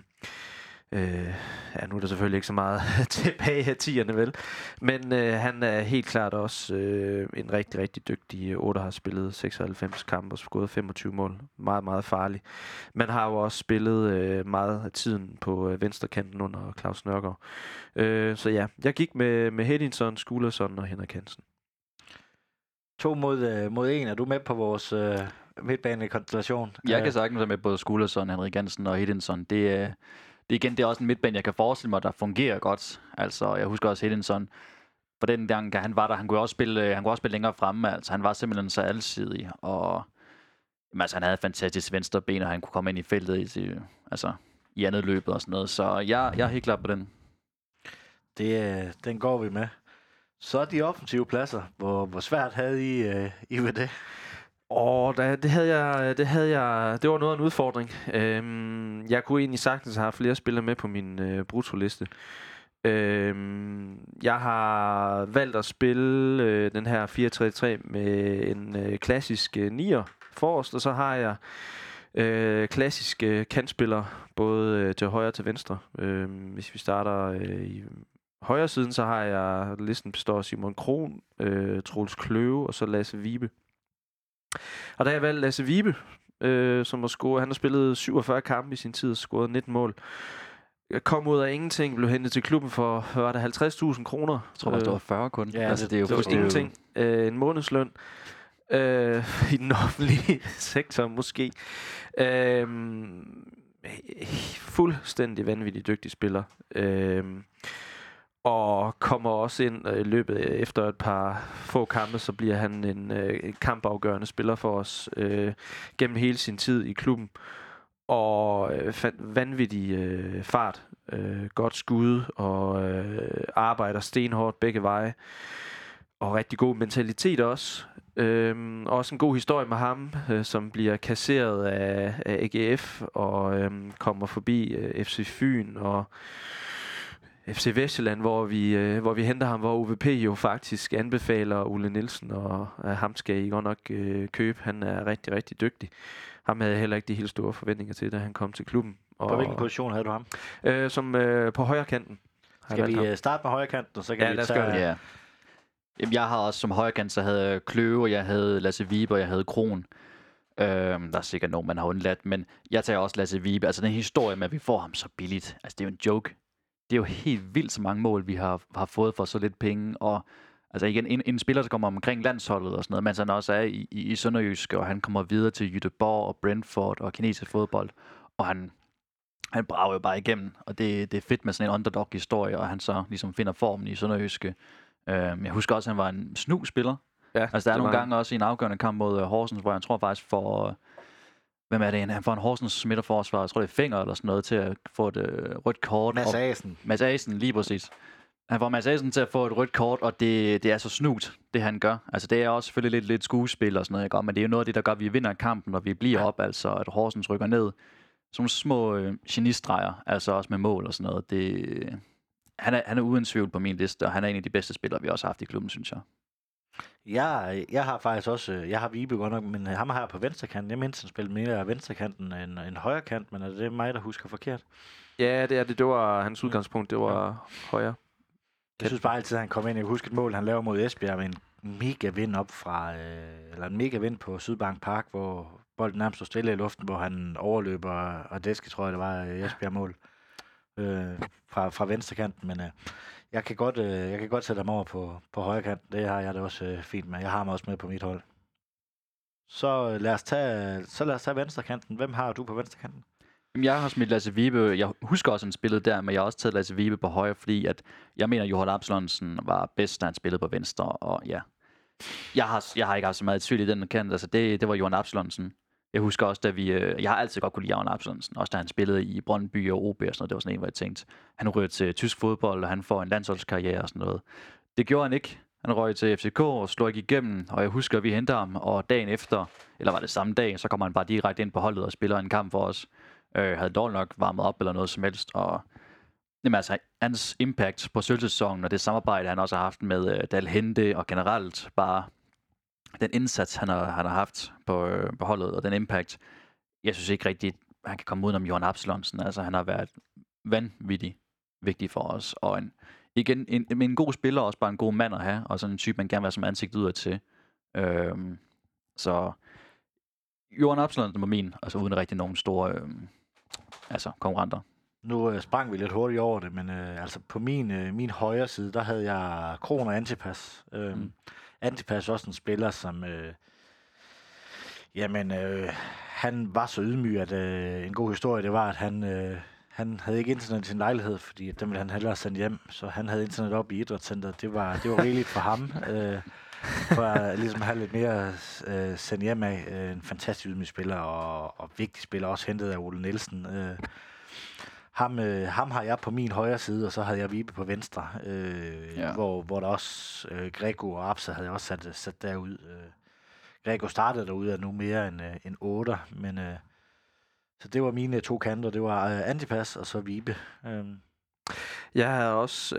ja, nu er der selvfølgelig ikke så meget tilbage af 10'erne, vel? Men han er helt klart også en rigtig, rigtig dygtig 8, har spillet 96 kampe og skåret 25 mål. Meget, meget farlig. Man har jo også spillet meget af tiden på venstrekanten under Claus Nørgaard. Så ja, jeg gik med Hedinson, Skulason og Henrik Hansen. 2 mod 1. Er du med på vores midtbanekonstellation? Jeg kan sagtens være med både Skulason, Henrik Hansen og Hedinson. Det er også en midtbane, jeg kan forestille mig, der fungerer godt. Altså, jeg husker også Hedinson. For den gang, han var der, han kunne også spille længere fremme. Altså, han var simpelthen så alsidig. Og altså, han havde fantastisk venstre ben, og han kunne komme ind i feltet i andet løbet og sådan noget. Så jeg er helt klar på den. Den går vi med. Så de offensive pladser. Hvor svært havde I ved det? Det havde jeg. Det var noget af en udfordring. Jeg kunne egentlig sagtens have flere spillere med på min bruttoliste. Jeg har valgt at spille den her 4-3-3 med en klassisk 9'er forrest, og så har jeg klassiske kantspillere, både til højre og til venstre. Hvis vi starter i højre siden, så har jeg, listen består af Simon Kron, Troels Kløve og så Lasse Vibe. Og der har jeg valgt Lasse Vibe, som har scoret. Han har spillet 47 kampe i sin tid og scoret 19 mål. Jeg kom ud af ingenting, blev hentet til klubben for, var det 50.000 kroner? Jeg tror, det var 40 kun. Ja, altså, det er jo fuldstændig ingenting. En månedsløn i den offentlige sektor måske. Fuldstændig vanvittig dygtig spiller. Og kommer også ind i løbet efter et par få kampe, så bliver han en kampafgørende spiller for os gennem hele sin tid i klubben. Og vanvittig fart, godt skud og arbejder stenhårdt begge veje. Og rigtig god mentalitet også. Også en god historie med ham, som bliver kasseret af AGF og kommer forbi FC Fyn og FC Vestjylland, hvor vi henter ham, hvor UVP jo faktisk anbefaler Ole Nielsen, og ham skal I godt nok købe. Han er rigtig, rigtig dygtig. Ham havde jeg heller ikke de helt store forventninger til, da han kom til klubben. På hvilken position havde du ham? Som på højre kanten. Skal vi starte med højre kanten, og så kan vi tage... Ja. Jamen, jeg har også som højre kant, så havde jeg Kløve, jeg havde Lasse Vibe, og jeg havde Kron. Der er sikkert nogen, man har undladt, men jeg tager også Lasse Vibe. Altså den historie med, at vi får ham så billigt. Altså det er jo en joke. Det er jo helt vildt så mange mål, vi har fået for så lidt penge. Og altså igen, en spiller, der kommer omkring landsholdet og sådan noget, mens han også er i Sønderjyske, og han kommer videre til Göteborg og Brentford og kinesisk fodbold. Og han brager jo bare igennem, og det er fedt med sådan en underdog-historie, og han så ligesom finder formen i Sønderjyske. Jeg husker også, at han var en snu-spiller. Ja, altså der er nogle gange også i en afgørende kamp mod Horsens, hvor jeg tror faktisk for... Hvem er det? Han får en Horsens midterforsvar, jeg tror det er Finger eller sådan noget, til at få et rødt kort. Mads Asen, lige præcis. Han får Mads Asen til at få et rødt kort, og det er så snugt, det han gør. Altså det er også selvfølgelig lidt skuespil og sådan noget, ikke? Men det er jo noget af det, der gør, at vi vinder kampen, og vi bliver op, altså at Horsens rykker ned. Sådan nogle små genistreger, altså også med mål og sådan noget. han er uden tvivl på min liste, og han er en af de bedste spillere, vi også har haft i klubben, synes jeg. Jeg har faktisk også, jeg har Vibe godt nok, men ham har jeg på venstrekanten. Jeg mindst han spillede mere venstrekanten end højre kant, men er det mig, der husker forkert? Ja, det er det. Det var hans udgangspunkt. Det var højre. Jeg synes bare altid, at han kom ind. Jeg kan huske et mål, han lavede mod Esbjerg med en mega vind op fra, eller en mega vind på Sydbank Park, hvor bolden nærmest stod stille i luften, hvor han overløber, og Deske, tror jeg, det var Esbjerg-mål fra venstrekanten, men jeg kan godt sætte ham over på højre kant. Det har jeg det også fint med. Jeg har ham også med på mit hold. Så lad os tage venstrekanten. Hvem har du på venstrekanten? Jeg har smidt Lasse Vibe. Jeg husker også, han spillede der, men jeg har også taget Lasse Vibe på højre, fordi at jeg mener, at Johan Absalonsen var bedst, da han spillede på venstre. Og ja, jeg har ikke haft så meget tvivl i den kant. Altså, det var Johan Absalonsen. Jeg husker også, da jeg har altid godt kunne lide Johan Absalonsen. Også da han spillede i Brøndby og OB og sådan noget. Det var sådan en, hvor jeg tænkte, han røg til tysk fodbold, og han får en landsholdskarriere og sådan noget. Det gjorde han ikke. Han røg til FCK og slog ikke igennem, og jeg husker, at vi henter ham, og dagen efter, eller var det samme dag, så kommer han bare direkte ind på holdet og spiller en kamp for os. Havde dårligt nok varmet op eller noget som helst, og jamen, altså, hans impact på sølvsæsonen og det samarbejde, han også har haft med Dal Hente, og generelt bare den indsats, han har haft på holdet, og den impact, jeg synes ikke rigtigt, han kan komme udenom Johan Absalonsen. Altså, han har været vanvittig vigtig for os, og en god spiller, også bare en god mand at have, og sådan en type, man gerne vil have som ansigt udad til. Så Johan Absalonsen var min, altså uden rigtig nogen store konkurrenter. Nu sprang vi lidt hurtigt over det, men altså på min højre side, der havde jeg Kron og Antipas. Antipas er også en spiller, som han var så ydmyg, at en god historie, det var, at han havde ikke internet i sin lejlighed, fordi den ville han hellere sende hjem, så han havde internet op i idrætscenteret. Det var rigeligt for ham, for at ligesom have lidt mere sendt hjem af. En fantastisk ydmyg spiller, og vigtig spiller, også hentet af Ole Nielsen. Ham har jeg på min højre side, og så havde jeg Vibe på venstre, hvor der også Grego og Absa havde jeg også sat derud. Grego startede derude af nu mere end 8, men så det var mine to kanter. Det var Antipas og så Vibe. Jeg har også,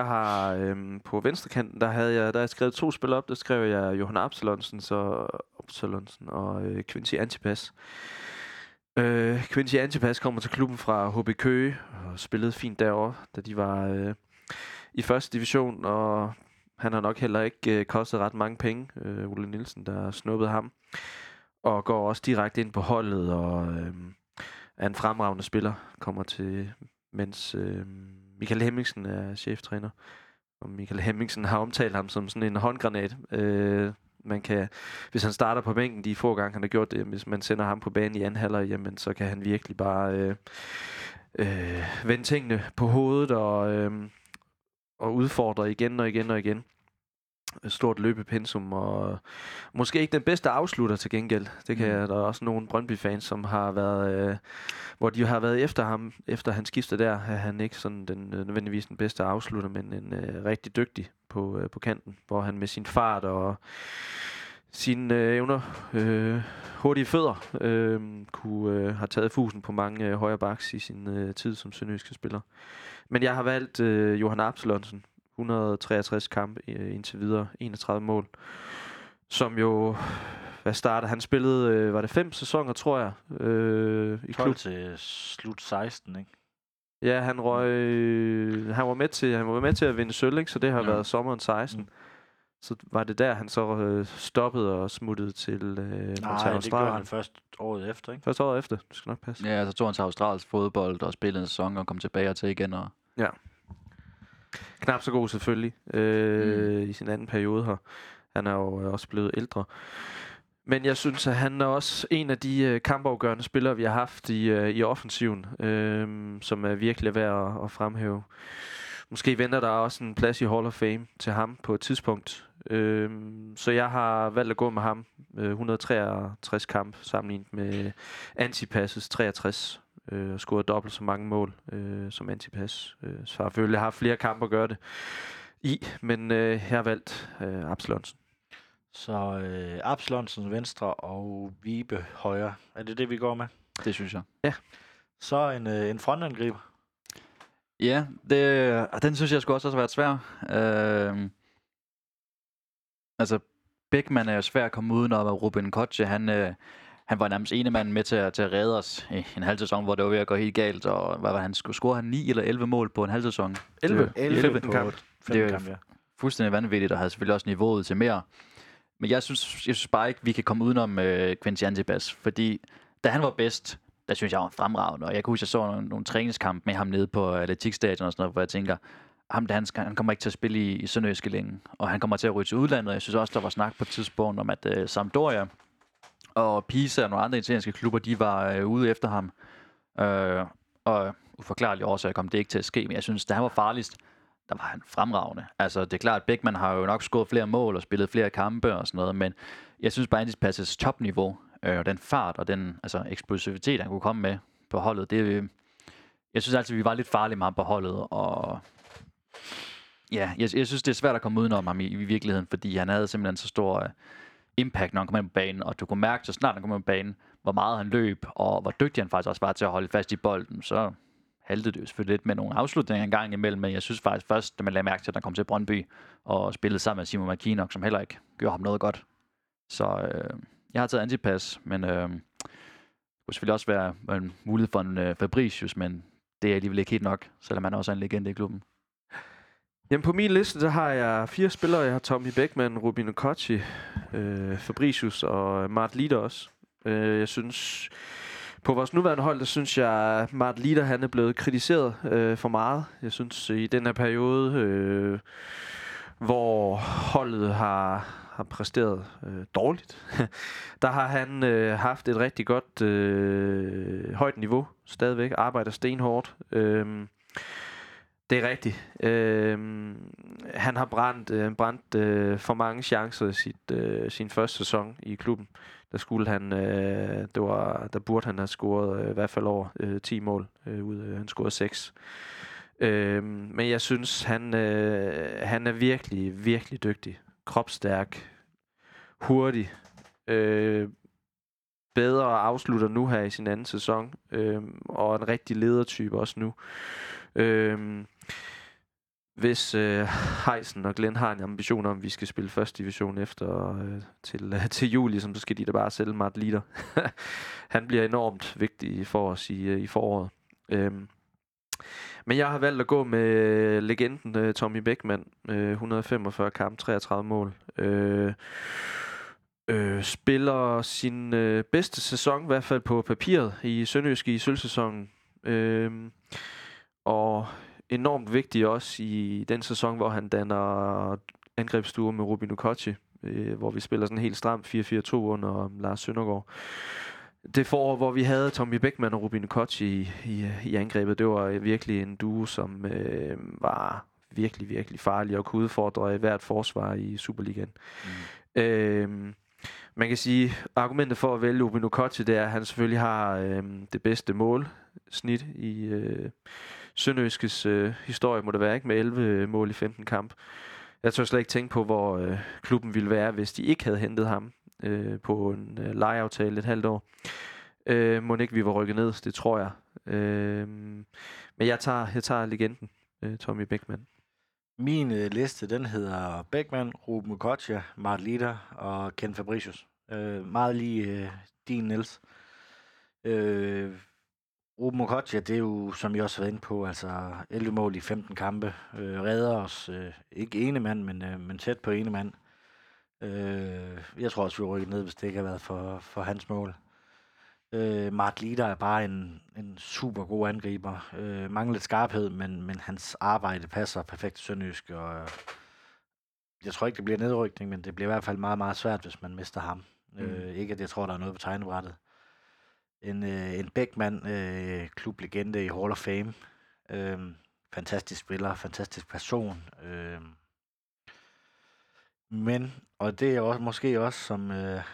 på venstrekanten, der har jeg skrevet 2 spillere op. Der skrev jeg Johan Absalonsen og Quincy Antipas. Quincy Antipas kommer til klubben fra HB Køge og spillede fint derovre, da de var i første division, og han har nok heller ikke kostet ret mange penge. Ole Nielsen, der snuppede ham, og går også direkte ind på holdet, og er en fremragende spiller, kommer til, mens Michael Hemmingsen er cheftræner. Og Michael Hemmingsen har omtalt ham som sådan en håndgranat. Man kan, hvis han starter på bænken de få gange, han har gjort det, hvis man sender ham på banen i anden halvleg, jamen så kan han virkelig bare vende tingene på hovedet og udfordre igen og igen og igen. Stort løbepensum, og måske ikke den bedste afslutter til gengæld. Det kan der er også nogle Brøndby-fans, som har været, hvor de har været efter ham, efter han skifter der, er han ikke sådan nødvendigvis den bedste afslutter, men en rigtig dygtig på kanten, hvor han med sin fart og sine evner, hurtige fødder, kunne have taget fusen på mange højre backs i sin tid som sønderjyske spiller. Men jeg har valgt Johan Absalonsen. 163 kampe indtil videre, 31 mål, som jo, han spillede, var det 5 sæsoner, tror jeg, i klub. Til slut 16, ikke? Ja, han var med til at vinde sølv, ikke? Så det har været sommeren 16. Så var det der, han så stoppede og smuttede til Australien. Det gjorde han først året efter, ikke? Først året efter, det skal nok passe. Ja, så tog han til australsk fodbold og spillede en sæson og kom tilbage til igen. Og ja. Knap så god selvfølgelig i sin anden periode her. Han er jo også blevet ældre. Men jeg synes, at han er også en af de kampafgørende spillere, vi har haft i offensiven, som er virkelig værd at fremhæve. Måske venter der også en plads i Hall of Fame til ham på et tidspunkt. Så jeg har valgt at gå med ham. 163 kamp sammenlignet med Antipasses 63. Scoret dobbelt så mange mål som Antipas. Så har selvfølgelig haft flere kampe at gøre det i, men jeg har valgt Absalonsen. Så Absalonsen venstre og Vibe højre. Er det vi går med? det synes jeg. Ja. Så en frontangriber. Ja, den synes jeg sgu også har været svær. Altså, Beckmann er jo svær at komme udenom, at Rubin Koche, han var nærmest ene mand med til at redde os i en halv sæson, hvor det var ved at gå helt galt. Og hvad var han? Score han 9 eller 11 mål på en halv sæson? 11 på kamp. Det er jo fuldstændig vanvittigt, og havde selvfølgelig også niveauet til mere. Men jeg synes bare ikke, vi kan komme udenom Quincy Antibas, fordi da han var bedst, der synes jeg var fremragende. Og jeg kunne huske, at jeg så nogle træningskampe med ham nede på Atletikstadion og sådan noget, hvor jeg tænker, han kommer ikke til at spille i Sønderjyske længe, og han kommer til at ryge til udlandet. Jeg synes også, der var snak på et tidspunkt om, at Sampdoria og Pisa og nogle andre italienske klubber, de var ude efter ham. Og uforklarlige årsager kom det ikke til at ske, men jeg synes, da han var farligst, der var han fremragende. Altså, det er klart, at Beckmann har jo nok scoret flere mål og spillet flere kampe og sådan noget, men jeg synes bare, at Antipasses topniveau, og den fart og den eksplosivitet, han kunne komme med på holdet, jeg synes altid, vi var lidt farlige med ham på holdet, og ja, jeg synes, det er svært at komme udenom ham i virkeligheden, fordi han havde simpelthen så stor impact, når han kom ind på banen, og du kunne mærke, så snart han kom ind på banen, hvor meget han løb, og hvor dygtig han faktisk også var til at holde fast i bolden. Så haltede det jo selvfølgelig lidt med nogle afslutninger en gang imellem, men jeg synes faktisk først, da man lagde mærke til, at han kom til Brøndby og spillede sammen med Simon McKinnock, som heller ikke gjorde ham noget godt. Så jeg har taget Antipas, men det kunne selvfølgelig også være en mulighed for en Fabricius, men det er alligevel ikke helt nok, selvom han også er en legende i klubben. Jamen på min liste, der har jeg 4 spillere. Jeg har Tommy Beckmann, Rubino Kochi, Fabricius og Mart Lieder også. Jeg synes, på vores nuværende hold, der synes jeg, at Mart Lieder, han er blevet kritiseret for meget. Jeg synes, i den her periode, hvor holdet har præsteret dårligt, der har han haft et rigtig godt højt niveau stadigvæk. Arbejder stenhårdt. Det er rigtigt. Han har brændt for mange chancer i sin første sæson i klubben. Der skulle han, der burde han have scoret i hvert fald over 10 mål. Han scorede 6. Men jeg synes, han er virkelig, virkelig dygtig. Kropsstærk. Hurtig. Bedre afslutter nu her i sin anden sæson. Og en rigtig ledertype også nu. Hvis Heisen og Glenn har en ambition om, at vi skal spille første division efter til juli, så skal de da bare sælge Mart Lieder. Han bliver enormt vigtig for os i foråret. Men jeg har valgt at gå med legenden Tommy Beckmann. 145 kampe, 33 mål. Spiller sin bedste sæson, i hvert fald på papiret, i Sønderjyske i sølvsæsonen. Og enormt vigtig også i den sæson, hvor han danner angrebsstue med Rubino Kochi, hvor vi spiller sådan helt stramt 4-4-2 under Lars Søndergaard. Det forår, hvor vi havde Tommy Beckmann og Rubino Kochi i angrebet, det var virkelig en duo, som var virkelig, virkelig farlig og kunne udfordre hvert forsvar i Superligaen. Man kan sige, argumentet for at vælge Rubino Kochi, det er, at han selvfølgelig har det bedste målsnit i Sønderjyskes historie, må det være, ikke, med 11 mål i 15 kamp. Jeg tør slet ikke tænke på, hvor klubben ville være, hvis de ikke havde hentet ham på en lejeaftale et halvt år. Må ikke vi var rykket ned, det tror jeg. Men jeg tager legenden, Tommy Beckmann. Min liste, den hedder Beckmann, Ruben Kocha, Mart Lieder og Ken Fabricius. Meget lige din, Niels. Ruben Kocha, det er jo, som I også har været inde på, altså 11 mål i 15 kampe. Redder os, ikke ene mand, men tæt på ene mand. Jeg tror også, vi rykker ned, hvis det ikke har været for hans mål. Mart Lieder er bare en super god angriber. Mangler lidt skarphed, men hans arbejde passer perfekt til Sønderjysk. Og jeg tror ikke, det bliver nedrykning, men det bliver i hvert fald meget, meget svært, hvis man mister ham. Ikke at jeg tror, der er noget på tegnebrættet. En Beckmann, klublegende i Hall of Fame. Fantastisk spiller, fantastisk person. Men, og det er også, måske også som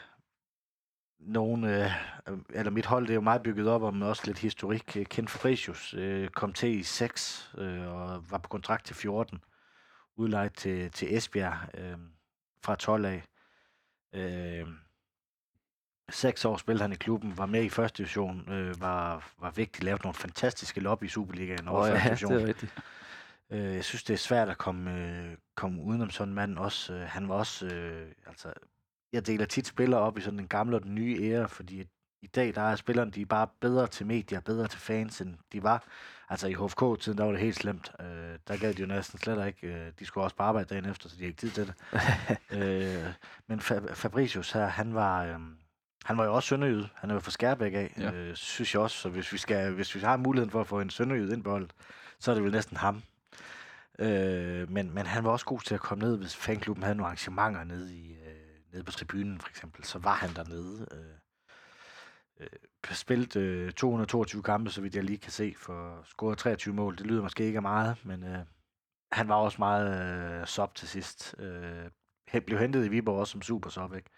eller mit hold, det er jo meget bygget op om også lidt historik. Ken Fabricius kom til i 6 og var på kontrakt til 14. Udlejet til Esbjerg fra 12 af. 6 år spillede han i klubben, var med i første division, var vigtig, lavede nogle fantastiske lobby i Superligaen over første division. det er rigtigt. Jeg synes, det er svært at komme udenom sådan en mand også. Han var også, jeg deler tit spillere op i sådan den gamle og den nye æra, fordi i dag, der er spillerne, de er bare bedre til medier, bedre til fans, end de var. Altså i HFK-tiden, der var det helt slemt. Der gad de jo næsten slet ikke. De skulle også bare arbejde dagen efter, så de havde ikke tid til det. Men Fabricius her, han var jo også sønderjyde. Han er jo fra Skærbæk af, synes jeg også. Så hvis vi har muligheden for at få en sønderjyde ind på holdet, så er det vel næsten ham. Men han var også god til at komme ned, hvis fanklubben havde nogle arrangementer nede på tribunen, for eksempel. Så var han dernede. Spillet 222 kampe, så vidt jeg lige kan se, for scoret 23 mål. Det lyder måske ikke af meget, men han var også meget sub til sidst. Blev hentet i Viborg også som super sub, ikke?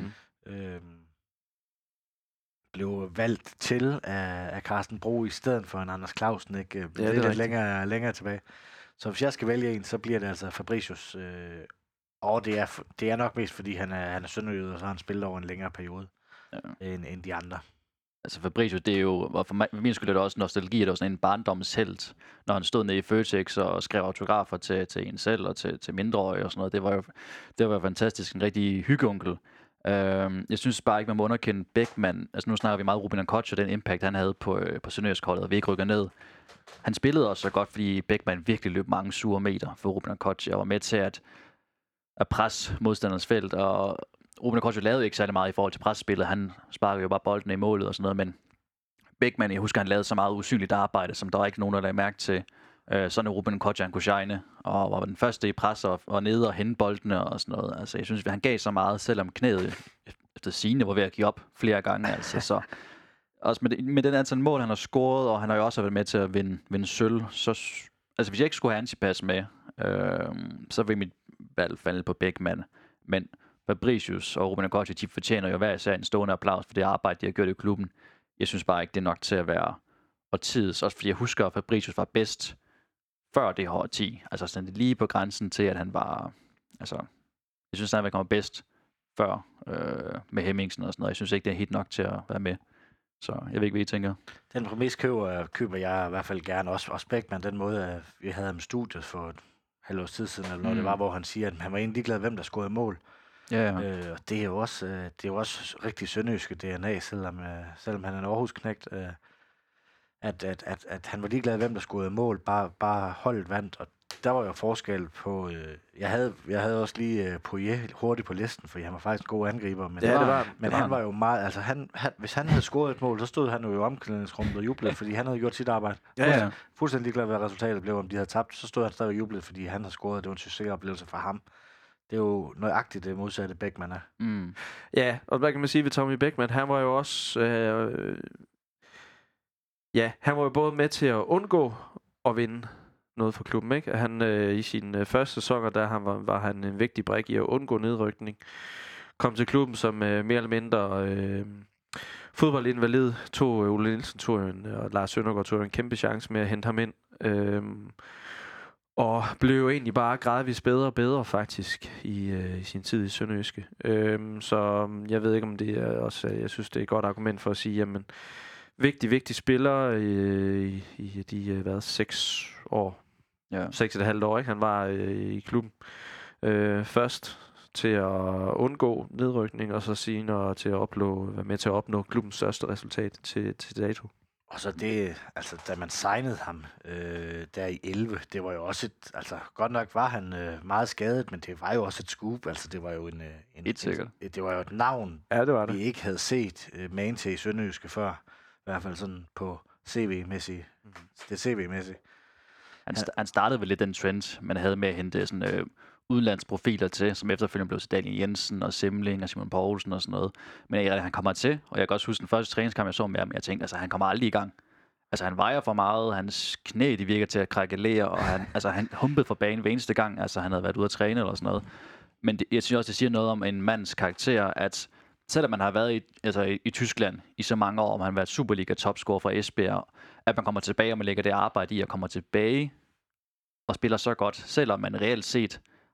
Blev valgt til af Carsten Bro i stedet for en Anders Clausen, ikke? Det er lidt længere tilbage. Så hvis jeg skal vælge en, så bliver det altså Fabricius. Og det er nok mest, fordi han er sønderjyde, og så har han spillet over en længere periode end de andre. Altså Fabricius, det er jo, for min skyld er det også nostalgi, det var sådan en barndomshelt, når han stod nede i Føtex og skrev autografer til en selv og til mindreårige og sådan noget. Det var jo fantastisk, en rigtig hyggeonkel. Jeg synes bare ikke, man må underkende Beckmann. Altså nu snakker vi meget Ruben Koch og den impact, han havde på Sønderjysk-holdet, og vi ikke rykker ned. Han spillede også så godt, fordi Beckmann virkelig løb mange sure meter for Ruben Koch, og var med til at presse modstanders felt, og Ruben Koch lavede ikke særlig meget i forhold til presspillet. Han sparkede jo bare bolden i målet og sådan noget, men Beckmann, jeg husker, han lavede så meget usynligt arbejde, som der var ikke nogen, der lagde mærke til. Sådan Ruben Koch, han kunne shine, og var den første i pres og nede og hente boldene og sådan noget. Altså, jeg synes, han gav så meget, selvom knæet efter sigende var ved at give op flere gange. Altså, så også med den antal mål, han har scoret, og han har jo også været med til at vinde sølv. Så, altså, hvis jeg ikke skulle have Antipas med, så ville mit valg falde på Beckmann. Men Fabricius og Ruben Koch, de fortjener jo hver især en stående applaus for det arbejde, de har gjort i klubben. Jeg synes bare ikke, det er nok til at være årtids. Også fordi jeg husker, at Fabricius var bedst før det her årti. Altså sådan lige på grænsen til, at han var... Altså, jeg synes, at han var bedst før med Hemmingsen og sådan noget. Jeg synes ikke, det er helt nok til at være med. Så jeg ved ikke, hvad I tænker. Den præmis køber jeg i hvert fald gerne. Også Beckmann, den måde, vi havde ham studiet for et halvt års tid siden, eller når det var, hvor han siger, at han var egentlig glad, hvem der scorede mål. Ja. Og det er jo også rigtig sønderjyske DNA, selvom han er en Aarhus-knægt. At han var ligeglad, hvem der scorede mål, bare holdet vandt. Og der var jo forskel på... Jeg havde også lige Poirier hurtigt på listen, for han var faktisk en god angriber. Men han var jo meget... Altså, hvis han havde scoret et mål, så stod han jo i omklædningsrummet og jublede, fordi han havde gjort sit arbejde. Fuldstændig ligeglad, hvad resultatet blev, om de havde tabt. Så stod han stadig og jublede, fordi han havde scoret. Det var en succesoplevelse for ham. Det er jo nøjagtigt det modsatte Beckmann er. Ja, og hvad kan man sige ved Tommy Beckmann? Han var jo også... han var jo både med til at undgå at vinde noget for klubben, ikke? Han i sine første sæsoner, der var han en vigtig brik i at undgå nedrykning. Kom til klubben som mere eller mindre fodboldinvalid. Ole Nielsen og Lars Søndergaard tog en kæmpe chance med at hente ham ind. Og blev jo egentlig bare gradvist bedre og bedre faktisk i sin tid i Sønderjyske. Så jeg ved ikke, om det er også... Jeg synes, det er et godt argument for at sige, jamen... Vigtig spiller i de 6 år. Ja. 6,5 år, ikke? Han var i klubben først til at undgå nedrykning, og så senere til at være med til at opnå klubbens største resultat til dato. Og så det, altså da man signede ham der i 11, det var jo også et, altså godt nok var han meget skadet, men det var jo også et scoop, altså det var jo det var jo et navn, vi ikke havde set magen til i Sønderjyske før. I hvert fald sådan på CV-mæssigt. Det CV-mæssigt. Han startede vel lidt den trend, man havde med at hente sådan udlandsprofiler til, som efterfølgende blev til Daniel Jensen og Simling og Simon Poulsen og sådan noget. Men han kommer til, og jeg kan også huske den første træningskamp, jeg så med ham, jeg tænkte, altså han kommer aldrig i gang. Altså han vejer for meget, hans knæ, de virker til at krakelere, og han humpede fra banen hver eneste gang, altså han havde været ude at træne eller sådan noget. Men jeg synes også, det siger noget om en mands karakter, at selvom man har været i Tyskland i så mange år, og man har været Superliga-topscorer fra Esbjerg, at man kommer tilbage, og man lægger det arbejde i, og kommer tilbage og spiller så godt, selvom man reelt set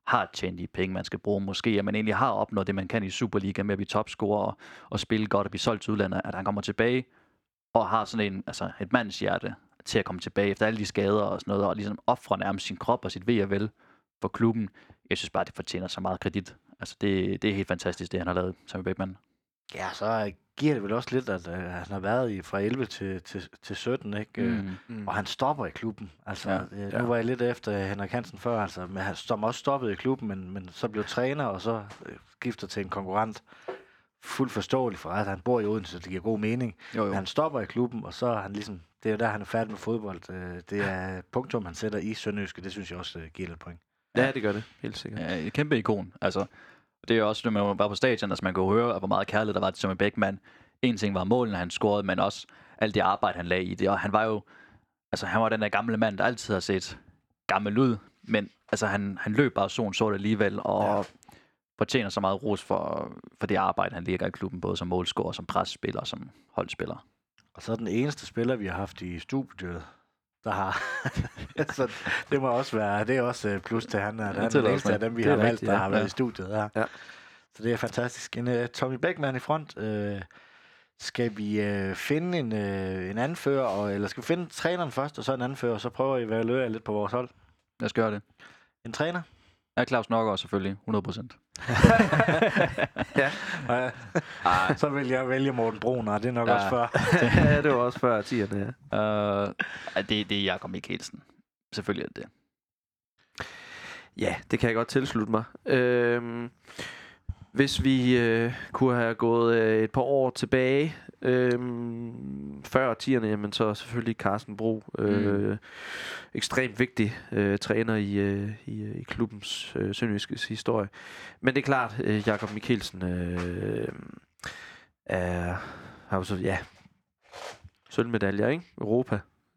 har tjent de penge, man skal bruge. Måske at man egentlig har opnået det, man kan i Superliga med at blive topscorer og spille godt og blive solgt til udlandet, at han kommer tilbage og har sådan en, altså et mands hjerte til at komme tilbage efter alle de skader og sådan noget, og ligesom ofre nærmest sin krop og sit ved og vel for klubben. Jeg synes bare, det fortjener så meget kredit. Altså det er helt fantastisk, det han har lavet, Tommy Beckmann. Ja, så giver det vel også lidt, at han har været fra 11 til 17, ikke? Og han stopper i klubben. Altså, nu var jeg lidt efter Henrik Hansen før, altså, som også stoppede i klubben, men så blev træner, og så skifter til en konkurrent. Fuldt forståeligt for, at han bor i Odense, så det giver god mening. Jo. Han stopper i klubben, og så er han ligesom, det er jo der, han er færdig med fodbold. Det er punktum, han sætter i Sønderjyske, det synes jeg også giver lidt point. Ja, det gør det, helt sikkert. Ja, et kæmpe ikon, altså. Det er også, når man var på stadion, altså man kunne høre, hvor meget kærlighed der var til Tommy Beckmann. En ting var målene, han scorede, men også alt det arbejde, han lagde i det. Og han var jo, altså han var den der gamle mand, der altid har set gammel ud, men altså han løb bare sådan sort alligevel, og fortjener så meget ros for det arbejde, han lægger i klubben, både som målscorer, som presspiller og som holdspiller. Og så den eneste spiller, vi har haft i studiet, der har. Så det må også være, det er også plus til han. Han er den eneste af dem, vi har valgt, der har været i studiet. Ja. Så det er fantastisk. Tommy Beckmann i front. Skal vi finde en anfører, eller skal vi finde træneren først, og så en anfører, og så prøver I at evaluere lidt på vores hold? Lad os gøre det. En træner? Ja, Claus Nørgaard selvfølgelig, 100%. Så vil jeg vælge Morten Brun, og det er nok også før. Ja, det var også før 10'erne, det er Jakob Mikkelsen. Selvfølgelig er det. Ja, det kan jeg godt tilslutte mig. Hvis vi kunne have gået et par år tilbage, før 10'erne, jamen så selvfølgelig Carsten Bro. Ekstremt vigtig træner i klubbens sønderjyskes historie. Men det er klart, Jakob Mikkelsen har jo så, sølvmedaljer, ikke? Europa.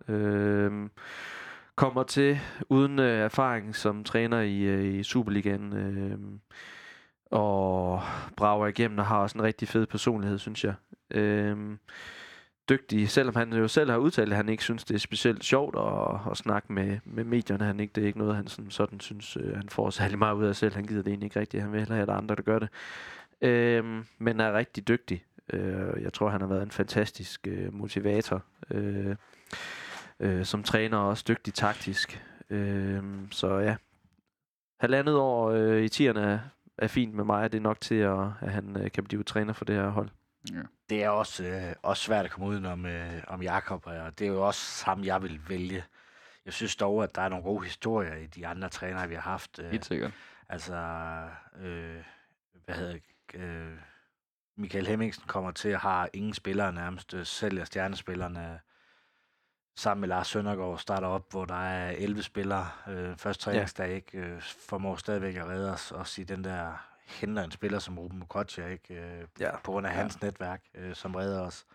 Kommer til uden erfaring som træner i Superligaen. Og brager igennem og har også en rigtig fed personlighed, synes jeg. Dygtig, selvom han jo selv har udtalt, at han ikke synes, det er specielt sjovt at snakke med medierne. Det er ikke noget, han sådan synes, han får særlig meget ud af selv. Han gider det egentlig ikke rigtigt. Han vil hellere have, at der er andre, der gør det. Men er rigtig dygtig. Jeg tror, han har været en fantastisk motivator. Som træner og også dygtig taktisk. Så ja. 1,5 år i 10'erne er fint med mig, og det er nok til, at han kan blive træner for det her hold. Ja. Det er også svært at komme ud om Jakob, og det er jo også ham, jeg vil vælge. Jeg synes dog, at der er nogle gode historier i de andre trænere, vi har haft. Helt sikkert. Altså, Michael Hemmingsen kommer til at have ingen spillere nærmest, sælger stjernespillerne sammen med Lars Søndergaard, starter op, hvor der er 11 spillere. Første træningsdag ikke formår stadigvæk at redde os, også i den der henter en spiller som Ruben Mokotja, ikke? På grund af hans netværk, som redder os.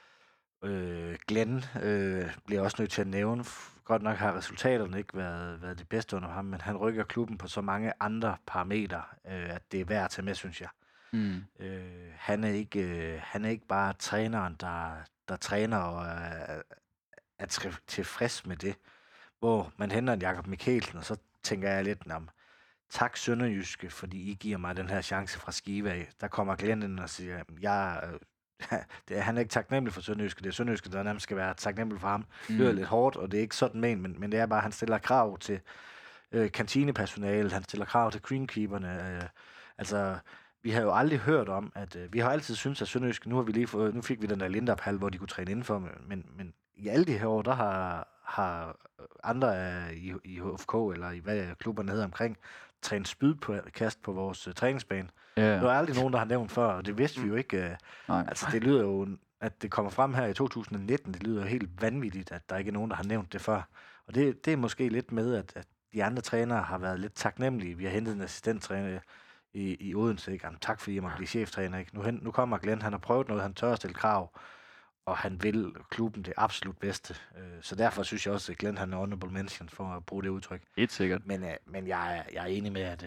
Glenn bliver også nødt til at nævne. Godt nok har resultaterne ikke været det bedste under ham, men han rykker klubben på så mange andre parametre, at det er værd at tage med, synes jeg. Han er ikke bare træneren, der træner og er tilfreds med det. Hvor man henter en Jakob Mikkelsen, og så tænker jeg lidt om, tak Sønderjyske, fordi I giver mig den her chance fra Skive af. Der kommer Glenn ind og siger, han er ikke taknemmelig for Sønderjyske. Det er Sønderjyske, der nærmest skal være taknemmelig for ham. Det er lidt hårdt, og det er ikke sådan men det er bare, han stiller krav til kantinepersonale, han stiller krav til greenkeeperne. Vi har jo aldrig hørt om, at vi har altid syntes, at Sønderjyske, nu fik vi den der Lindab-hal, hvor de kunne træne indenfor, men i alle de her år, der har andre i HFK, eller i hvad klubberne hedder omkring, trænet spydkast på vores træningsbane. Yeah. Der er aldrig nogen, der har nævnt før, og det vidste vi jo ikke. Altså, det lyder jo, at det kommer frem her i 2019, det lyder jo helt vanvittigt, at der ikke er nogen, der har nævnt det før. Og det er måske lidt med, at de andre trænere har været lidt taknemmelige. Vi har hentet en assistenttræner i Odense, ikke? Jamen, tak fordi jeg må blive cheftræner, ikke? Nu kommer Glenn, han har prøvet noget, han tør at stille krav, og han vil klubben det absolut bedste. Så derfor synes jeg også, at Glenn han er honorable mention for at bruge det udtryk. Helt sikkert. Men jeg er enig med, at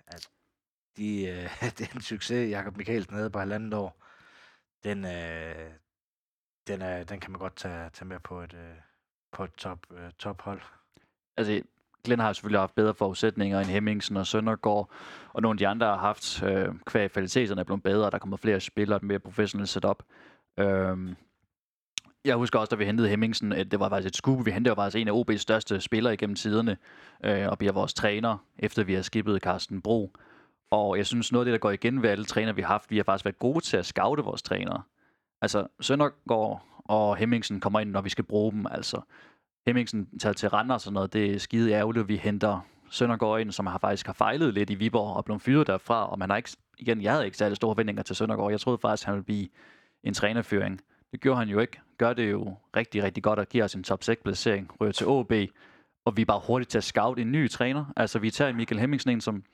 den succes, Jakob Mikkelsen havde på 1,5 år, den kan man godt tage med på et tophold. Altså, Glenn har selvfølgelig haft bedre forudsætninger end Hemmingsen og Søndergaard, og nogle af de andre har haft kvaliteterne er blevet bedre, der kommer flere spillere, et mere professionelt setup. Jeg husker også, da vi hentede Hemmingsen, at det var faktisk et scoop. Vi hentede jo faktisk en af OB's største spillere igennem tiderne, og bliver vores træner, efter vi har skibet Carsten Bro. Og jeg synes, noget af det, der går igen ved alle træner, vi har haft, vi har faktisk været gode til at scoute vores trænere. Altså, Søndergaard og Hemmingsen kommer ind, når vi skal bruge dem. Altså, Hemmingsen tager til Randers og sådan noget, det er skide ærgerligt, vi henter Søndergaard ind, som faktisk har fejlet lidt i Viborg og blevet fyret derfra, og man har ikke, igen, jeg havde ikke særlig store forventninger til Søndergaard. Jeg troede faktisk, han ville blive en trænerføring. Det gjorde han jo ikke. Gør det jo rigtig, rigtig godt og giver os en top 6 placering, ryger til OB, og vi er bare hurtigt til at scoute en ny træner. Altså, vi tager Michael Hemmingsen ind, som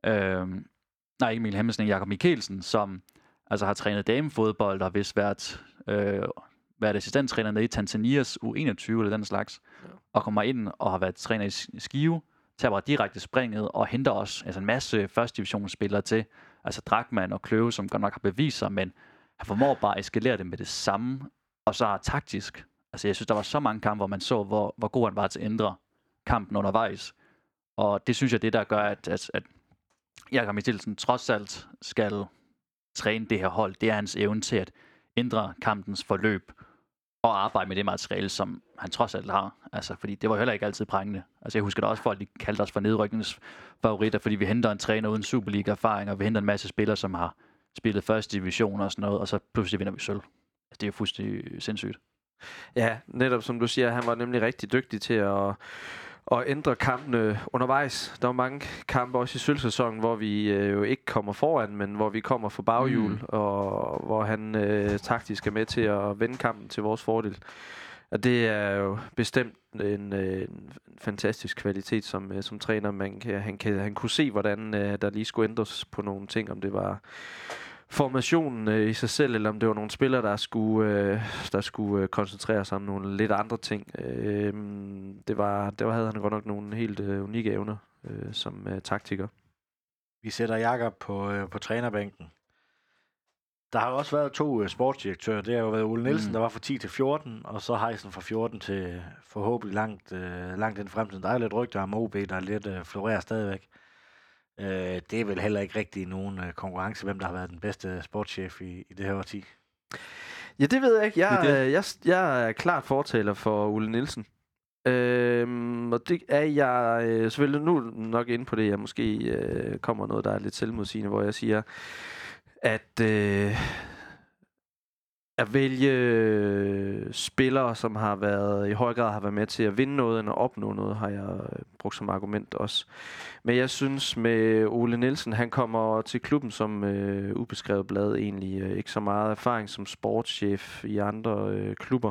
ikke Michael Hemmingsen, Jakob Mikkelsen, som altså har trænet damefodbold og har vist været assistenttræner nede i Tanzanias U21 eller den slags, og kommer ind og har været træner i Skive, tager bare direkte springet og henter os altså en masse første divisionsspillere til, altså Drachmann og Kløve, som godt nok har bevist sig, men han formår bare at eskalere det med det samme, og så er taktisk. Altså jeg synes, der var så mange kampe, hvor man så, hvor god han var til at ændre kampen undervejs, og det synes jeg, det der gør, at Jakob Mikkelsen trods alt skal træne det her hold, det er hans evne til at ændre kampens forløb og arbejde med det materiale, som han trods alt har. Altså, fordi det var heller ikke altid prængende. Altså, jeg husker da også, folk de kaldte os for nedrykningsfavoritter, fordi vi henter en træner uden Superliga-erfaring, og vi henter en masse spillere, som har spillet første division og sådan noget, og så pludselig vinder vi sølv. Altså, det er jo fuldstændig sindssygt. Ja, netop som du siger, han var nemlig rigtig dygtig til at ændre kampene undervejs. Der var mange kampe også i sølvsæsonen, hvor vi jo ikke kommer foran, men hvor vi kommer for baghjul, og hvor han taktisk er med til at vende kampen til vores fordel. Og det er jo bestemt en fantastisk kvalitet som træner. Han kunne se, hvordan der lige skulle ændres på nogle ting, om det var formationen i sig selv, eller om det var nogle spillere, der skulle koncentrere sig om nogle lidt andre ting. Der havde han godt nok nogle helt unikke evner som taktiker. Vi sætter Jakob på trænerbænken. Der har jo også været 2 sportsdirektører. Det har jo været Ole Nielsen, der var fra 10 til 14, og så Heisen fra 14 til forhåbentlig langt ind i fremtiden. Der er lidt rygter om OB, der lidt florerer stadigvæk. Det er vel heller ikke rigtig nogen konkurrence, hvem der har været den bedste sportschef i det her årti. Ja, det ved jeg ikke. Jeg er klart fortaler for Ole Nielsen. Og det er jeg selvfølgelig nu nok inde på det. Jeg måske kommer noget, der er lidt selvmodsigende, hvor jeg siger, at vælge spillere, som i høj grad har været med til at vinde noget, end at opnå noget, har jeg brugt som argument også. Men jeg synes med Ole Nielsen, han kommer til klubben som ubeskrevet blad egentlig. Ikke så meget erfaring som sportschef i andre klubber.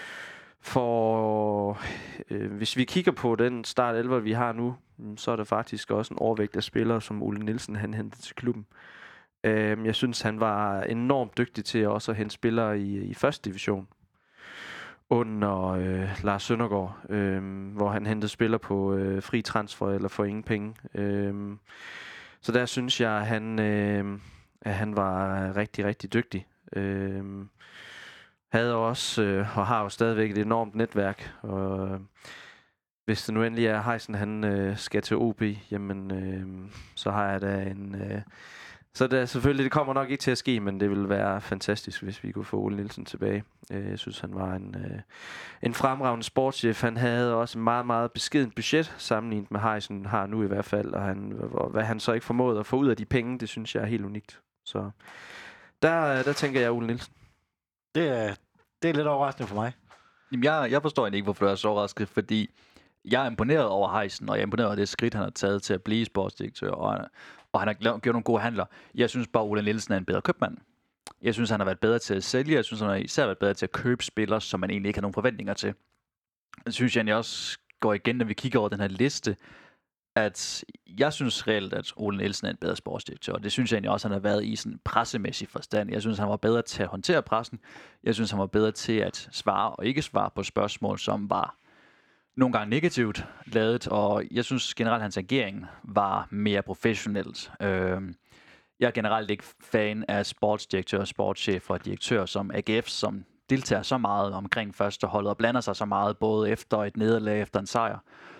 For hvis vi kigger på den start 11, vi har nu, så er der faktisk også en overvægt af spillere, som Ole Nielsen han hentede til klubben. Jeg synes, han var enormt dygtig til også at hente spillere i første division under Lars Søndergaard, hvor han hentede spillere på fri transfer eller for ingen penge. Så der synes jeg, at han var rigtig, rigtig dygtig. Havde også og har jo stadigvæk et enormt netværk, og hvis det nu endelig er Heisen, han skal til OB, jamen så har jeg da så det kommer nok ikke til at ske, men det ville være fantastisk, hvis vi kunne få Ole Nielsen tilbage. Jeg synes, han var en fremragende sportschef. Han havde også en meget, meget beskedent budget, sammenlignet med Heisen har nu i hvert fald. Og hvad han så ikke formåede at få ud af de penge, det synes jeg er helt unikt. Så der tænker jeg Ole Nielsen. Det er lidt overraskende for mig. Jamen, jeg forstår ikke, hvorfor du er så overrasket, fordi jeg er imponeret over Heisen, og jeg er imponeret over det skridt, han har taget til at blive sportsdirektør, og han har gjort nogle gode handler. Jeg synes bare, Ole Nielsen er en bedre købmand. Jeg synes, han har været bedre til at sælge. Jeg synes, han har især været bedre til at købe spillere, som man egentlig ikke har nogen forventninger til. Jeg synes, jeg også går igen, når vi kigger over den her liste, at jeg synes reelt, at Ole Nielsen er en bedre sportsdirektør. Og det synes jeg egentlig også, han har været i sådan en pressemæssig forstand. Jeg synes, han var bedre til at håndtere pressen. Jeg synes, han var bedre til at svare og ikke svare på spørgsmål, som var nogle gange negativt lavet, og jeg synes generelt, hans agering var mere professionelt. Jeg er generelt ikke fan af sportsdirektører, sportschefer og direktører som AGF, som deltager så meget omkring førsteholdet og blander sig så meget både efter et nederlag efter en sejr.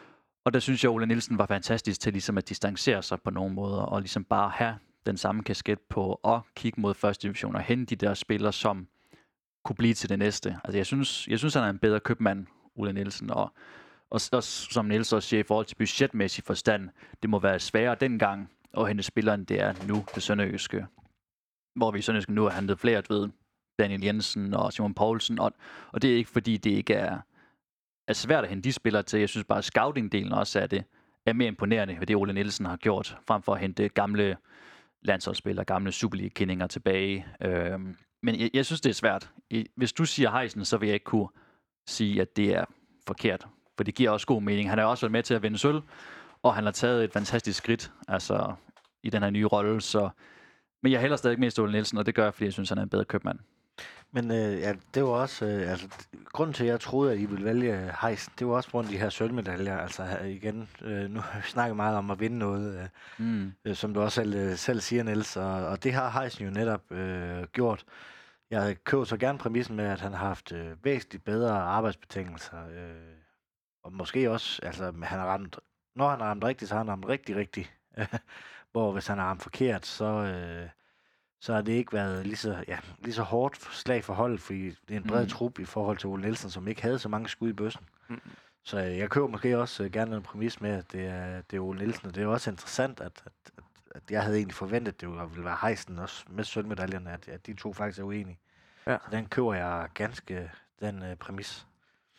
Og der synes jeg, Ole Nielsen var fantastisk til ligesom at distancere sig på nogle måder, og ligesom bare have den samme kasket på, og kigge mod første division, og hente de der spillere, som kunne blive til det næste. Altså jeg synes han er en bedre købmand, Ole Nielsen, og også som Niels også siger, i forhold til budgetmæssig forstand, det må være sværere dengang at hente spillere, end det er nu, det sønderjyske. Hvor vi i sønderjyske nu har hentet flere, ved Daniel Jensen og Simon Poulsen, og det er ikke fordi, det ikke er svært at hente de spillere til. Jeg synes bare, at scouting-delen også er mere imponerende ved det, Ole Nielsen har gjort, frem for at hente gamle landsholdsspillere, gamle Superliga-kendinger tilbage. Men jeg synes, det er svært. Hvis du siger Heisen, så vil jeg ikke kunne sige, at det er forkert. For det giver også god mening. Han har også været med til at vinde sølv, og han har taget et fantastisk skridt altså, i den her nye rolle. Men jeg hælder stadig mest Ole Nielsen, og det gør jeg, fordi jeg synes, han er en bedre købmand. Men ja, det var også, grunden til, at jeg troede, at I ville vælge Heisen, det var også på grund af de her sølvmedaljer. Altså igen, nu har vi snakket meget om at vinde noget, som du også selv siger, Niels, og det har Heisen jo netop gjort. Jeg køber så gerne præmissen med, at han har haft væsentligt bedre arbejdsbetingelser, og måske også, altså når han har ramt rigtigt, så har han ramt rigtig, hvor hvis han har ramt forkert, så har det ikke været lige så hårdt slag for holdet, fordi det er en bred trup i forhold til Ole Nielsen, som ikke havde så mange skud i bøssen. Så jeg køber måske også gerne en præmis med, at det er Ole Nielsen, og det er også interessant, at jeg havde egentlig forventet, at det ville være Heisen også med sølvmedaljerne, at de to faktisk er uenige. Ja. Så den køber jeg ganske, den præmis.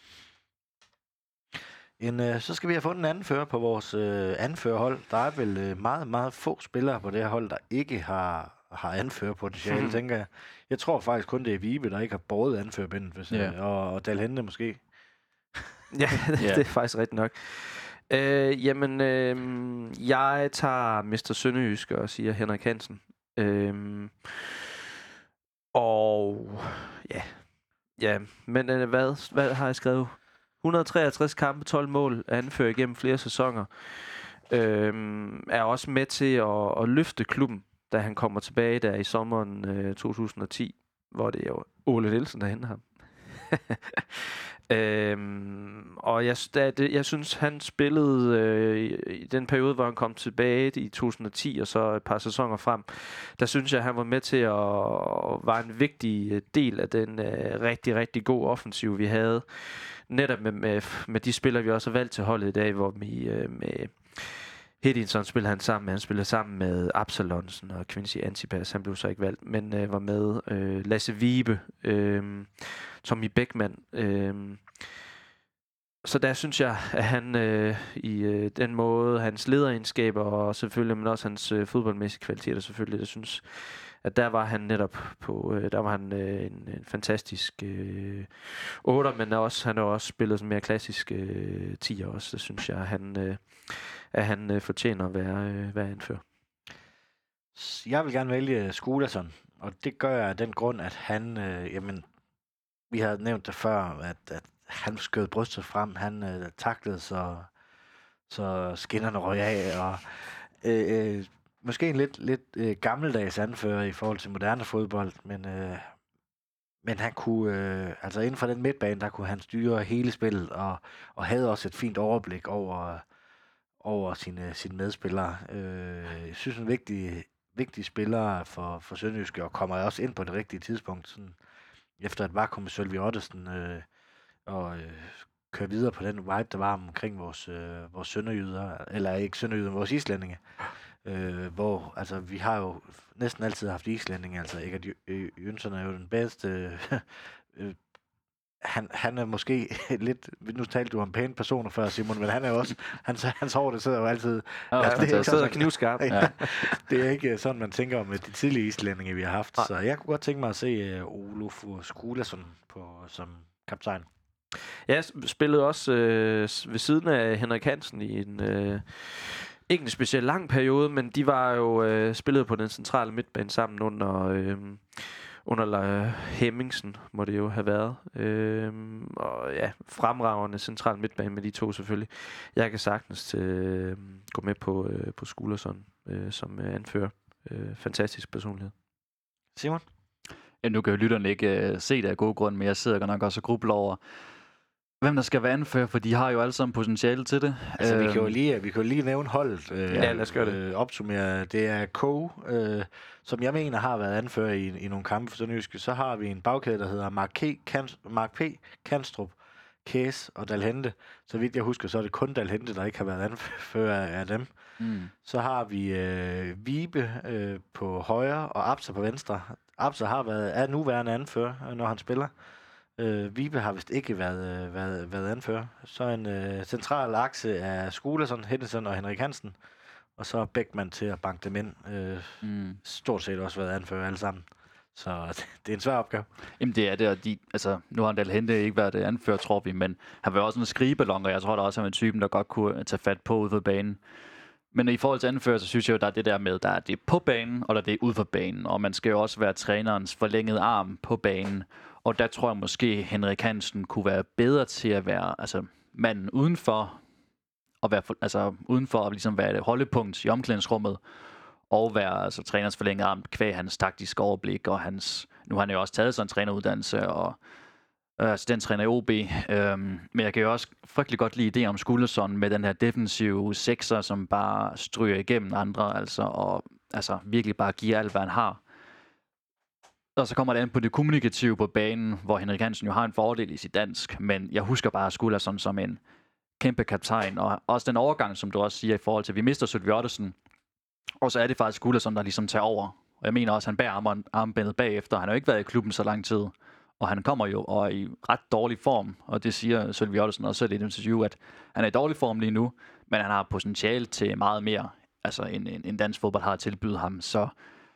Så skal vi have fundet en anfører på vores anførerhold. Der er vel meget, meget få spillere på det her hold, der ikke har anførerpotentiale, tænker jeg. Jeg tror faktisk kun, det er Vibe, der ikke har båret anførerbindet, og Dalhente måske. Ja, det er faktisk rigtigt nok. Jeg tager Mr. Sønderjysk og siger Henrik Hansen. Men hvad har jeg skrevet? 163 kampe, 12 mål, anfører igennem flere sæsoner. Er også med til at løfte klubben, da han kommer tilbage der i sommeren 2010, hvor det er jo Ole Nielsen, der henter ham. Og jeg synes, han spillede i den periode, hvor han kom tilbage i 2010 og så et par sæsoner frem. Der synes jeg, han var med til at være en vigtig del af den rigtig, rigtig god offensiv, vi havde. Netop med de spillere, vi også har valgt til holdet i dag, hvor vi med Hedinson spiller han sammen med. Han spiller sammen med Absalonsen og Quincy Antipas. Han blev så ikke valgt, men var med. Lasse Vibe, Tommy Beckmann. Så der synes jeg, at han i den måde, hans lederegenskaber og selvfølgelig, men også hans fodboldmæssige kvaliteter selvfølgelig, jeg synes, at der var han netop på, der var han en fantastisk 8'er, men han har også spillet som mere klassisk 10'er også. Det synes jeg, at han fortjener at være anfører. Jeg vil gerne vælge Skulason, og det gør jeg af den grund, at han, vi har nævnt det før, at han skød brystet frem, han taklede så skinnerne røg af, og måske en lidt gammeldags anfører i forhold til moderne fodbold, men han kunne, altså inden for den midtbane, der kunne han styre hele spillet, og havde også et fint overblik over sine medspillere. Jeg synes, en vigtig spiller for Sønderjyske, og kommer også ind på det rigtige tidspunkt, sådan, efter at vakuum med Sølvi Ottesen, og køre videre på den vibe, der var omkring vores sønderjyder, eller ikke sønderjyder, vores islændinge. Hvor, altså, vi har jo næsten altid haft islændinge, altså Egert Jønsson er jo den bedste. Han er måske lidt, nu talte du om pæne personer før, Simon, men han er jo også, hans hår, det sidder jo altid, det sidder knivskarpt. Ja, det er ikke sådan, man tænker om de tidlige islændinge, vi har haft. Så jeg kunne godt tænke mig at se Olofur Skulason som kaptajn. Jeg spillede også ved siden af Henrik Hansen i en ikke en specielt lang periode, men de var jo spillede på den centrale midtbane sammen under Hemmingsen, må det jo have været. Og ja, fremragende central midtbane med de to selvfølgelig. Jeg kan sagtens gå med på Skulason som anfører. Fantastisk personlighed. Simon? Ja, nu kan jo lytterne ikke se det af gode grund, men jeg sidder godt nok også og grubler over, Hvem der skal være anfører, for de har jo alle sammen potentiale til det. Altså, vi kan jo lige nævne holdet. Ja, lad os gøre det. Opsummere. Det er Ko, som jeg mener har været anfører i nogle kampe for Sønderjyske. Så har vi en bagkæde, der hedder Mark P. Kanstrup, Kæs og Dalhente. Så vidt jeg husker, så er det kun Dalhente, der ikke har været anfører af dem. Så har vi Vibe på højre og Absa på venstre. Absa er nuværende anfører, når han spiller. Vibe har vist ikke været anfører. Så en central akse af Skulason, Henderson og Henrik Hansen. Og så Bækman til at banke dem ind. Stort set også været anfører alle sammen. Så det er en svær opgave. Jamen det er det, og nu har Dalhente ikke været anfører, tror vi, men han var også en skrigeballon, og jeg tror da også, at han er en typen, der godt kunne tage fat på ude for banen. Men i forhold til anfører, så synes jeg jo, der er det der med, der er det på banen, og der er det ude for banen. Og man skal jo også være trænerens forlængede arm på banen. Og der tror jeg måske, Henrik Hansen kunne være bedre til at være manden udenfor, og være udenfor at ligesom være et holdepunkt i omklædningsrummet, og være trænerens forlængede arm kvæg hans taktiske overblik, og nu har han jo også taget sådan en træneruddannelse, og den træner i OB, men jeg kan jo også frygtelig godt lide idéen om Skulason med den her defensive sekser, som bare stryger igennem andre, og virkelig bare giver alt, hvad han har. Og så kommer det an på det kommunikative på banen, hvor Henrik Hansen jo har en fordel i sit dansk, men jeg husker bare Skulason som en kæmpe kaptajn, og også den overgang, som du også siger i forhold til, at vi mister Sølvi Ottesen, og så er det faktisk Skulason, der ligesom tager over. Og jeg mener også, at han bærer armbindet bagefter. Han har jo ikke været i klubben så lang tid, og han kommer jo og er i ret dårlig form, og det siger Sølvi Ottesen også i et interview, at han er i dårlig form lige nu, men han har potentiale til meget mere, end dansk fodbold har tilbydet ham, så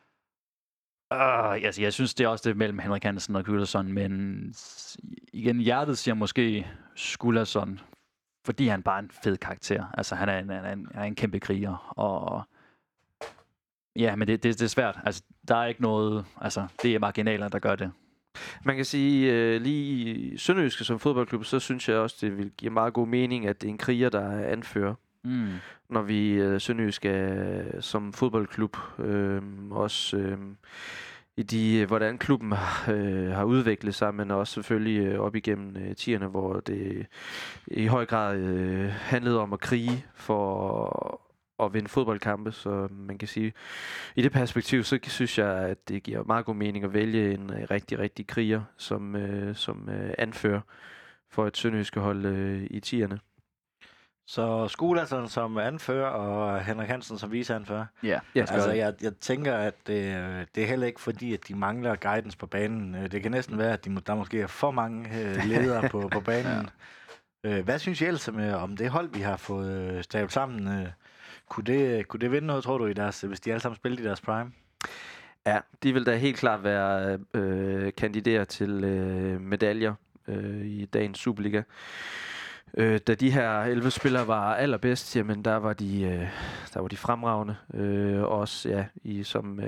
jeg synes, det er også det mellem Henrik Hansen og Skulason, men igen, hjertet siger måske Skulason, fordi han bare er en fed karakter. Han er en kæmpe kriger, og ja, men det er svært. Der er ikke noget, det er marginaler, der gør det. Man kan sige, lige i Sønderjyske som fodboldklub, så synes jeg også, det vil give meget god mening, at det er en kriger, der er anfører. Når vi Sønderjyske som fodboldklub også i hvordan klubben har udviklet sig, men også selvfølgelig op igennem 10'erne, hvor det i høj grad handlede om at krige for at vinde fodboldkampe, så man kan sige, i det perspektiv, så synes jeg, at det giver meget god mening at vælge en rigtig, rigtig kriger som anfører for et sønderjyske hold i 10'erne. Så Skulason som anfører, og Henrik Hansen som viceanfører. Ja. Jeg tænker, at det er heller ikke fordi, at de mangler guidance på banen. Det kan næsten være, at der måske er for mange ledere på banen. Hvad synes I ellers om det hold, vi har fået stablet sammen? Kunne det vinde noget, tror du, hvis de alle sammen spillede i deres prime? Ja, de vil da helt klart være kandidater til medaljer i dagens Superliga. Da de her 11 spillere var allerbedst, jamen der var de fremragende. Også i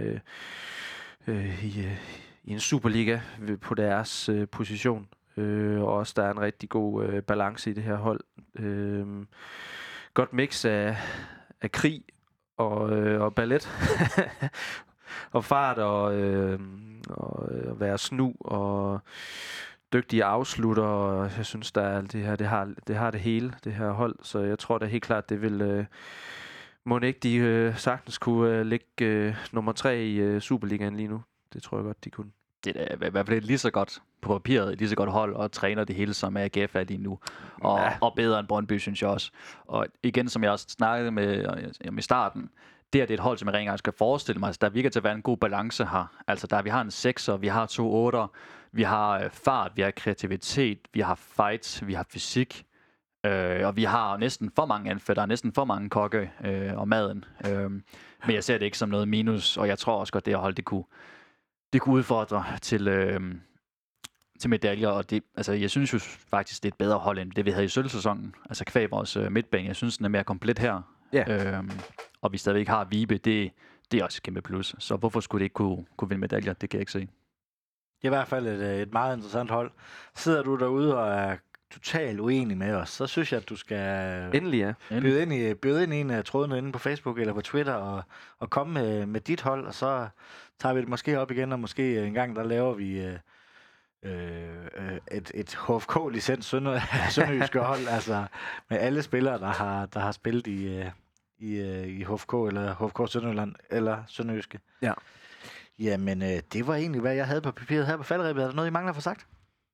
en Superliga på deres position. Og også der er en rigtig god balance i det her hold. Godt mix af krig og ballet. Og fart og være snu og dygtige afslutter, og jeg synes, der er det har det hele, det her hold, så jeg tror da helt klart, det vil må ikke de sagtens kunne ligge nummer 3 i Superligaen lige nu. Det tror jeg godt, de kunne. Det er i hvert fald lige så godt på papiret, lige så godt hold, og træner det hele, som AGF er lige nu. Og bedre end Brøndby, synes jeg også. Og igen, som jeg også snakkede med i starten, det er et hold, som jeg rent skal forestille mig. Der virker til at være en god balance her. Vi har en 6'er, vi har 2 8'er, vi har fart, vi har kreativitet, vi har fight, vi har fysik, og vi har næsten for mange anfører, der er næsten for mange kokke og maden. Men jeg ser det ikke som noget minus, og jeg tror også godt, det her hold, det kunne udfordre til medaljer, og jeg synes jo faktisk, det er et bedre hold, end det vi havde i sølvsæsonen. Kvæg vores midtbane, jeg synes, den er mere komplet her. Yeah. Og vi stadigvæk har Vibe, det er også et kæmpe plus. Så hvorfor skulle det ikke kunne vinde medaljer? Det kan jeg ikke se. Det er i hvert fald et meget interessant hold. Sidder du derude og er totalt uenig med os, så synes jeg, at du skal byde ind i en af trådene inde på Facebook eller på Twitter og komme med dit hold, og så tager vi det måske op igen, og måske en gang der laver vi et HFK-licens sønderjyske hold, altså med alle spillere, der har spillet i HFK eller HFK Sønderjylland eller sønderjyske. Ja. Jamen, det var egentlig, hvad jeg havde på papiret her på falderebet. Er der noget, I mangler for sagt?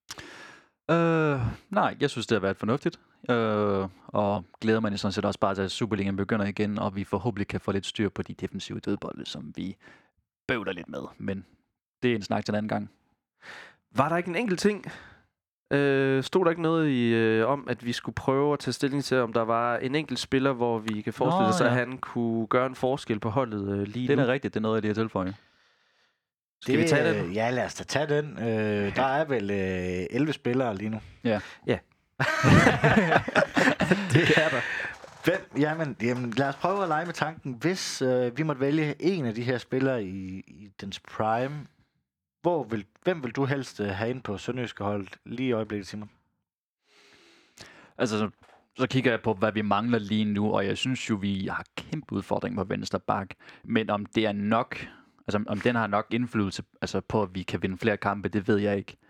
Nej, jeg synes, det har været fornuftigt. Og glæder mig sådan set også bare til, at Superligaen begynder igen, og vi forhåbentlig kan få lidt styr på de defensive dødbolde, som vi bøvler lidt med. Men det er en snak til en anden gang. Var der ikke en enkelt ting? Stod der ikke noget om, at vi skulle prøve at tage stilling til, om der var en enkelt spiller, hvor vi kan forestille os, at han kunne gøre en forskel på holdet lige nu? Det er da rigtigt, det er noget, jeg lige har tilføjet. Skal vi tage den? Ja, lad os da tage den. Der er vel 11 spillere lige nu. Ja. Det er der. Jamen, lad os prøve at lege med tanken. Hvis vi måtte vælge en af de her spillere i dens prime, hvem vil du helst have ind på sønderjyske hold lige i øjeblikket, Simon? Altså, så kigger jeg på, hvad vi mangler lige nu, og jeg synes jo, vi har kæmpe udfordring på venstre bak. Men om det er nok, altså om den har nok indflydelse på, at vi kan vinde flere kampe, det ved jeg ikke.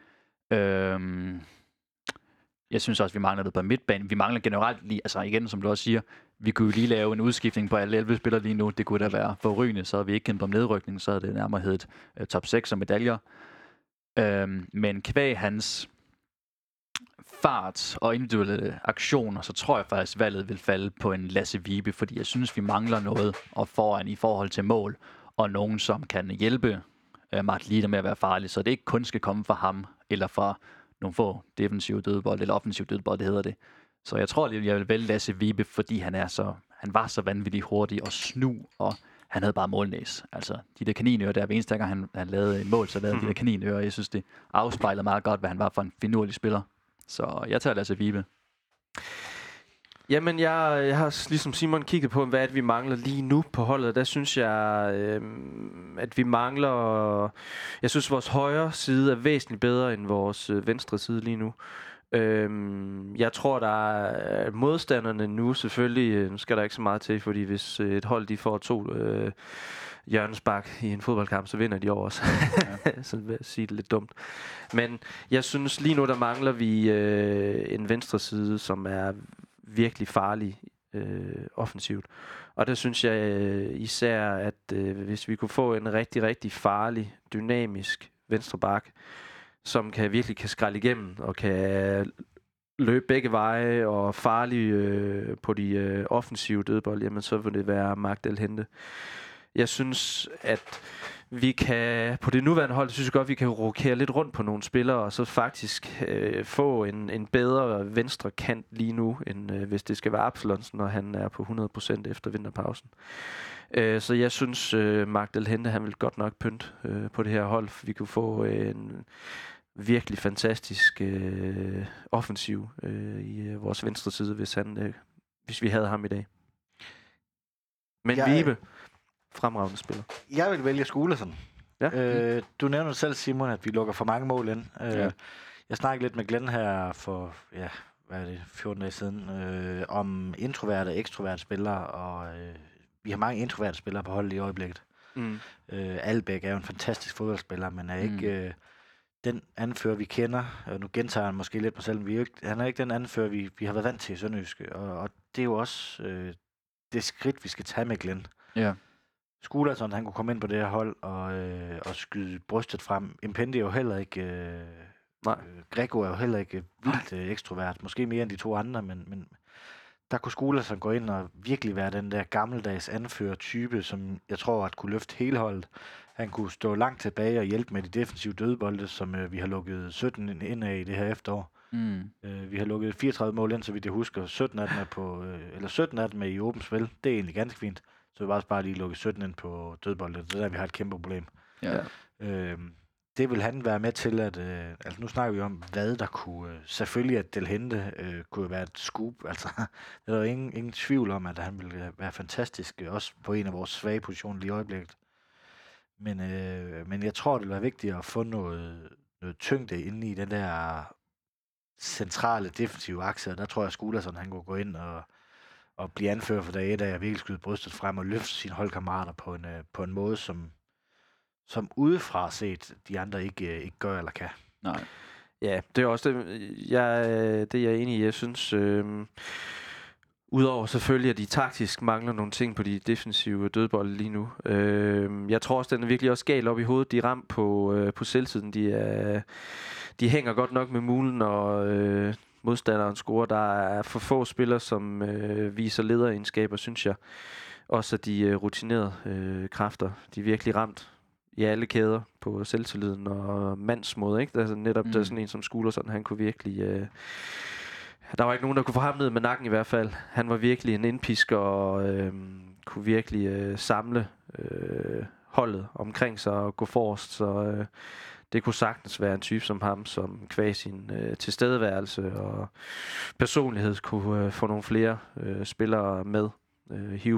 Jeg synes også, vi mangler det på midtbanen. Vi mangler generelt lige, altså igen, som du også siger, vi kunne jo lige lave en udskiftning på alle 11 spillere lige nu. Det kunne da være forrygende, så havde vi ikke kæmpet om nedrykning, så havde det nærmere heddet top 6 og medaljer. Men kvæg hans fart og individuelle aktioner, så tror jeg faktisk, at valget vil falde på en Lasse Vibe, fordi jeg synes, vi mangler noget og foran i forhold til mål, og nogen, som kan hjælpe Martlita med at være farlig, så det ikke kun skal komme fra ham, eller fra nogle få defensive dødbold, eller offensive dødbold, det hedder det. Så jeg tror lige, jeg vil vælge Lasse Vibe, fordi han var så vanvittigt hurtig og snu, og han havde bare målnæs. Altså, de der kaninører der, hver eneste gang han lavede en mål, så lavede de der kaninører. Jeg synes, det afspejler meget godt, hvad han var for en finurlig spiller. Så jeg tager Lasse Vibe. Jamen, jeg har ligesom Simon kigget på, hvad vi mangler lige nu på holdet. Der synes jeg, at vi mangler... Jeg synes, vores højre side er væsentligt bedre end vores venstre side lige nu. Jeg tror, der er modstanderne nu selvfølgelig... Nu skal der ikke så meget til, fordi hvis et hold de får 2 hjørnespark i en fodboldkamp, så vinder de over os. Ja. Så vil jeg sige det lidt dumt. Men jeg synes, lige nu der mangler vi en venstre side, som er virkelig farlig offensivt. Og der synes jeg især, at hvis vi kunne få en rigtig, rigtig farlig, dynamisk venstre bak, som virkelig kan skrælle igennem og kan løbe begge veje og farlig på de offensive dødbold, jamen så vil det være Mark Del Hente. Jeg synes, at vi kan, på det nuværende hold, synes jeg godt, vi kan rokere lidt rundt på nogle spillere, og så faktisk få en bedre venstre kant lige nu, end hvis det skal være Absalonsen, når han er på 100% efter vinterpausen. Så jeg synes, Mark Del Hente, han vil godt nok pynte på det her hold. Vi kunne få en virkelig fantastisk offensiv i vores venstre side, hvis vi havde ham i dag. Men Vibe, fremragende spiller. Jeg vil vælge Skuleson. Ja. Du nævner selv, Simon, at vi lukker for mange mål ind. Jeg snakkede lidt med Glenn her for, 14 dage siden, om introverte og ekstroverte spillere, og vi har mange introverte spillere på holdet i øjeblikket. Albæk er jo en fantastisk fodboldspiller, men er ikke den anfører, vi kender. Nu gentager han måske lidt på selv, han er ikke den anfører, vi har været vant til i Sønderjyske, og det er jo også det skridt, vi skal tage med Glenn. Ja. Skulason, han kunne komme ind på det her hold og skyde brystet frem. Impendi er jo heller ikke... Greco er jo heller ikke vildt ekstrovert. Måske mere end de 2 andre, men der kunne Skulason gå ind og virkelig være den der gammeldags anfører-type, som jeg tror at kunne løfte hele holdet. Han kunne stå langt tilbage og hjælpe med de defensive dødbolde, som vi har lukket 17 ind af i det her efterår. Vi har lukket 34 mål ind, så vidt jeg husker. 17 af dem er i åbent spil. Det er egentlig ganske fint. Så vi bare lige lukke 17 ind på dødboldet. Det er der, vi har et kæmpe problem. Ja. Det vil han være med til, at... nu snakker vi om, hvad der kunne... selvfølgelig, at Del Hente kunne være et scoop. Altså, der er jo ingen tvivl om, at han ville være fantastisk. Også på en af vores svage positioner lige i øjeblikket. Men jeg tror, det vil være vigtigt at få noget tyngde inde i den der centrale defensive akse. Og der tror jeg, at Skulason, han kunne gå ind og blive anfører for dag 1 af at virkelig skyde brystet frem og løfte sine holdkammerater på en måde, som udefra set de andre ikke gør eller kan. Nej. Ja, det er også det, jeg er enig i. Jeg synes, udover selvfølgelig, at de taktisk mangler nogle ting på de defensive dødbolde lige nu. Jeg tror også, den er virkelig også gal op i hovedet. De er ramt på selvtiden. De hænger godt nok med mulen, og modstanderen scorer. Der er for få spillere, som viser lederegenskaber, synes jeg. Også at de rutinerede kræfter. De er virkelig ramt i alle kæder på selvtilliden og mandsmåde, ikke? Altså netop der er sådan en som Skulersson, han kunne virkelig... der var ikke nogen, der kunne få ham ned med nakken i hvert fald. Han var virkelig en indpisker og kunne virkelig samle holdet omkring sig og gå forrest. Så det kunne sagtens være en type som ham, som kvæg sin tilstedeværelse og personlighed kunne få nogle flere spillere med. Hive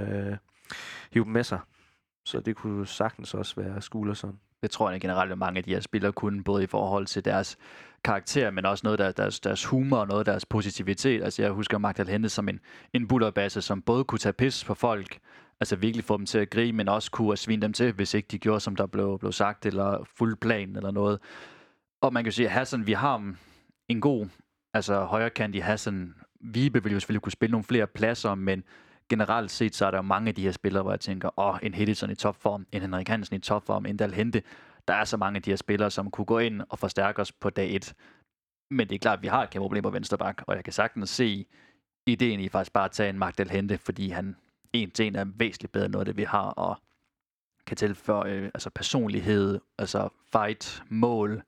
dem med sig. Så det kunne sagtens også være Skulersson. Det tror jeg generelt, at mange af de her spillere kunne, både i forhold til deres karakter, men også noget af deres humor og noget af deres positivitet. Altså jeg husker Magdal Hente som en bullerbasse, som både kunne tage pis på folk, altså virkelig få dem til at grine, men også kunne svine dem til, hvis ikke de gjorde, som der blev sagt, eller fuld plan eller noget. Og man kan sige, at Hassan, vi har en god, altså højrekant i Hassan. Vibe vil jo selvfølgelig kunne spille nogle flere pladser, men generelt set, så er der jo mange af de her spillere, hvor jeg tænker, en Hedison i topform, en Henrik Hansen i topform, en Dal Hente. Der er så mange af de her spillere, som kunne gå ind og forstærke os på dag 1. Men det er klart, at vi har et kæmpe problem på venstre bak, og jeg kan sagtens se ideen i faktisk bare at tage en Magdal Hente, fordi han en er væsentligt bedre end noget af det, vi har, og kan tilføre altså personlighed, altså fight, mål.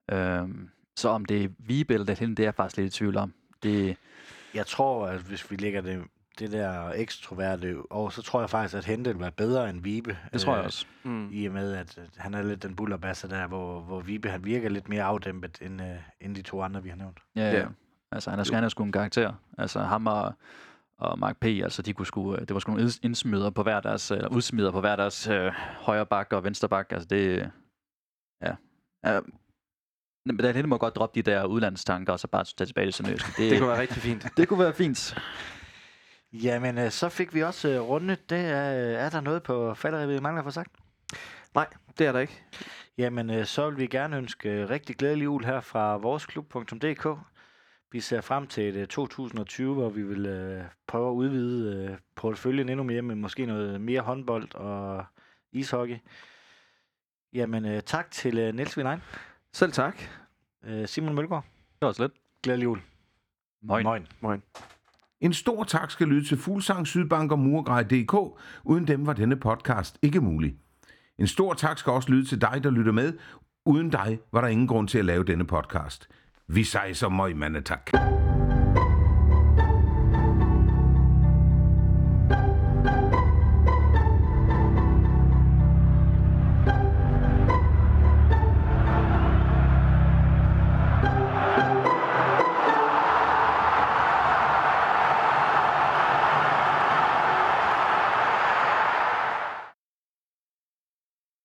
Så om det er Vibe eller Dal Hente, det er jeg faktisk lidt i tvivl om. Jeg tror, at hvis vi lægger det der ekstroverte, og så tror jeg faktisk, at Hente vil være bedre end Vibe. Det tror jeg også. I og med, at han er lidt den bullerbasse der, hvor Vibe han virker lidt mere afdæmpet end de to andre, vi har nævnt. Ja. Altså han er sgu en karakter. Altså ham og Mark P., altså de kunne det var sgu nogle indsmider på hver deres, eller udsmider på hver deres højre bak og venstre bak. Altså det, ja. Men det må godt droppe de der udlandstanker, og så bare tage tilbage til Sønderjysk. Det kunne være rigtig fint. Det kunne være fint. Jamen, så fik vi også rundet. Er der noget på falder, vi mangler for sagt? Nej, det er der ikke. Jamen, så vil vi gerne ønske rigtig glædelig jul her fra voresklub.dk. Vi ser frem til 2020, hvor vi vil prøve at udvide porteføljen endnu mere, med måske noget mere håndbold og ishockey. Jamen, tak til Niels Vinein. Selv tak. Simon Mølgaard. Det var slet. Glædelig jul. Moin. En stor tak skal lyde til Fuglsang, Sydbank og Murgrej.dk. Uden dem var denne podcast ikke mulig. En stor tak skal også lyde til dig, der lytter med. Uden dig var der ingen grund til at lave denne podcast. Vi sejser møg, mandetak.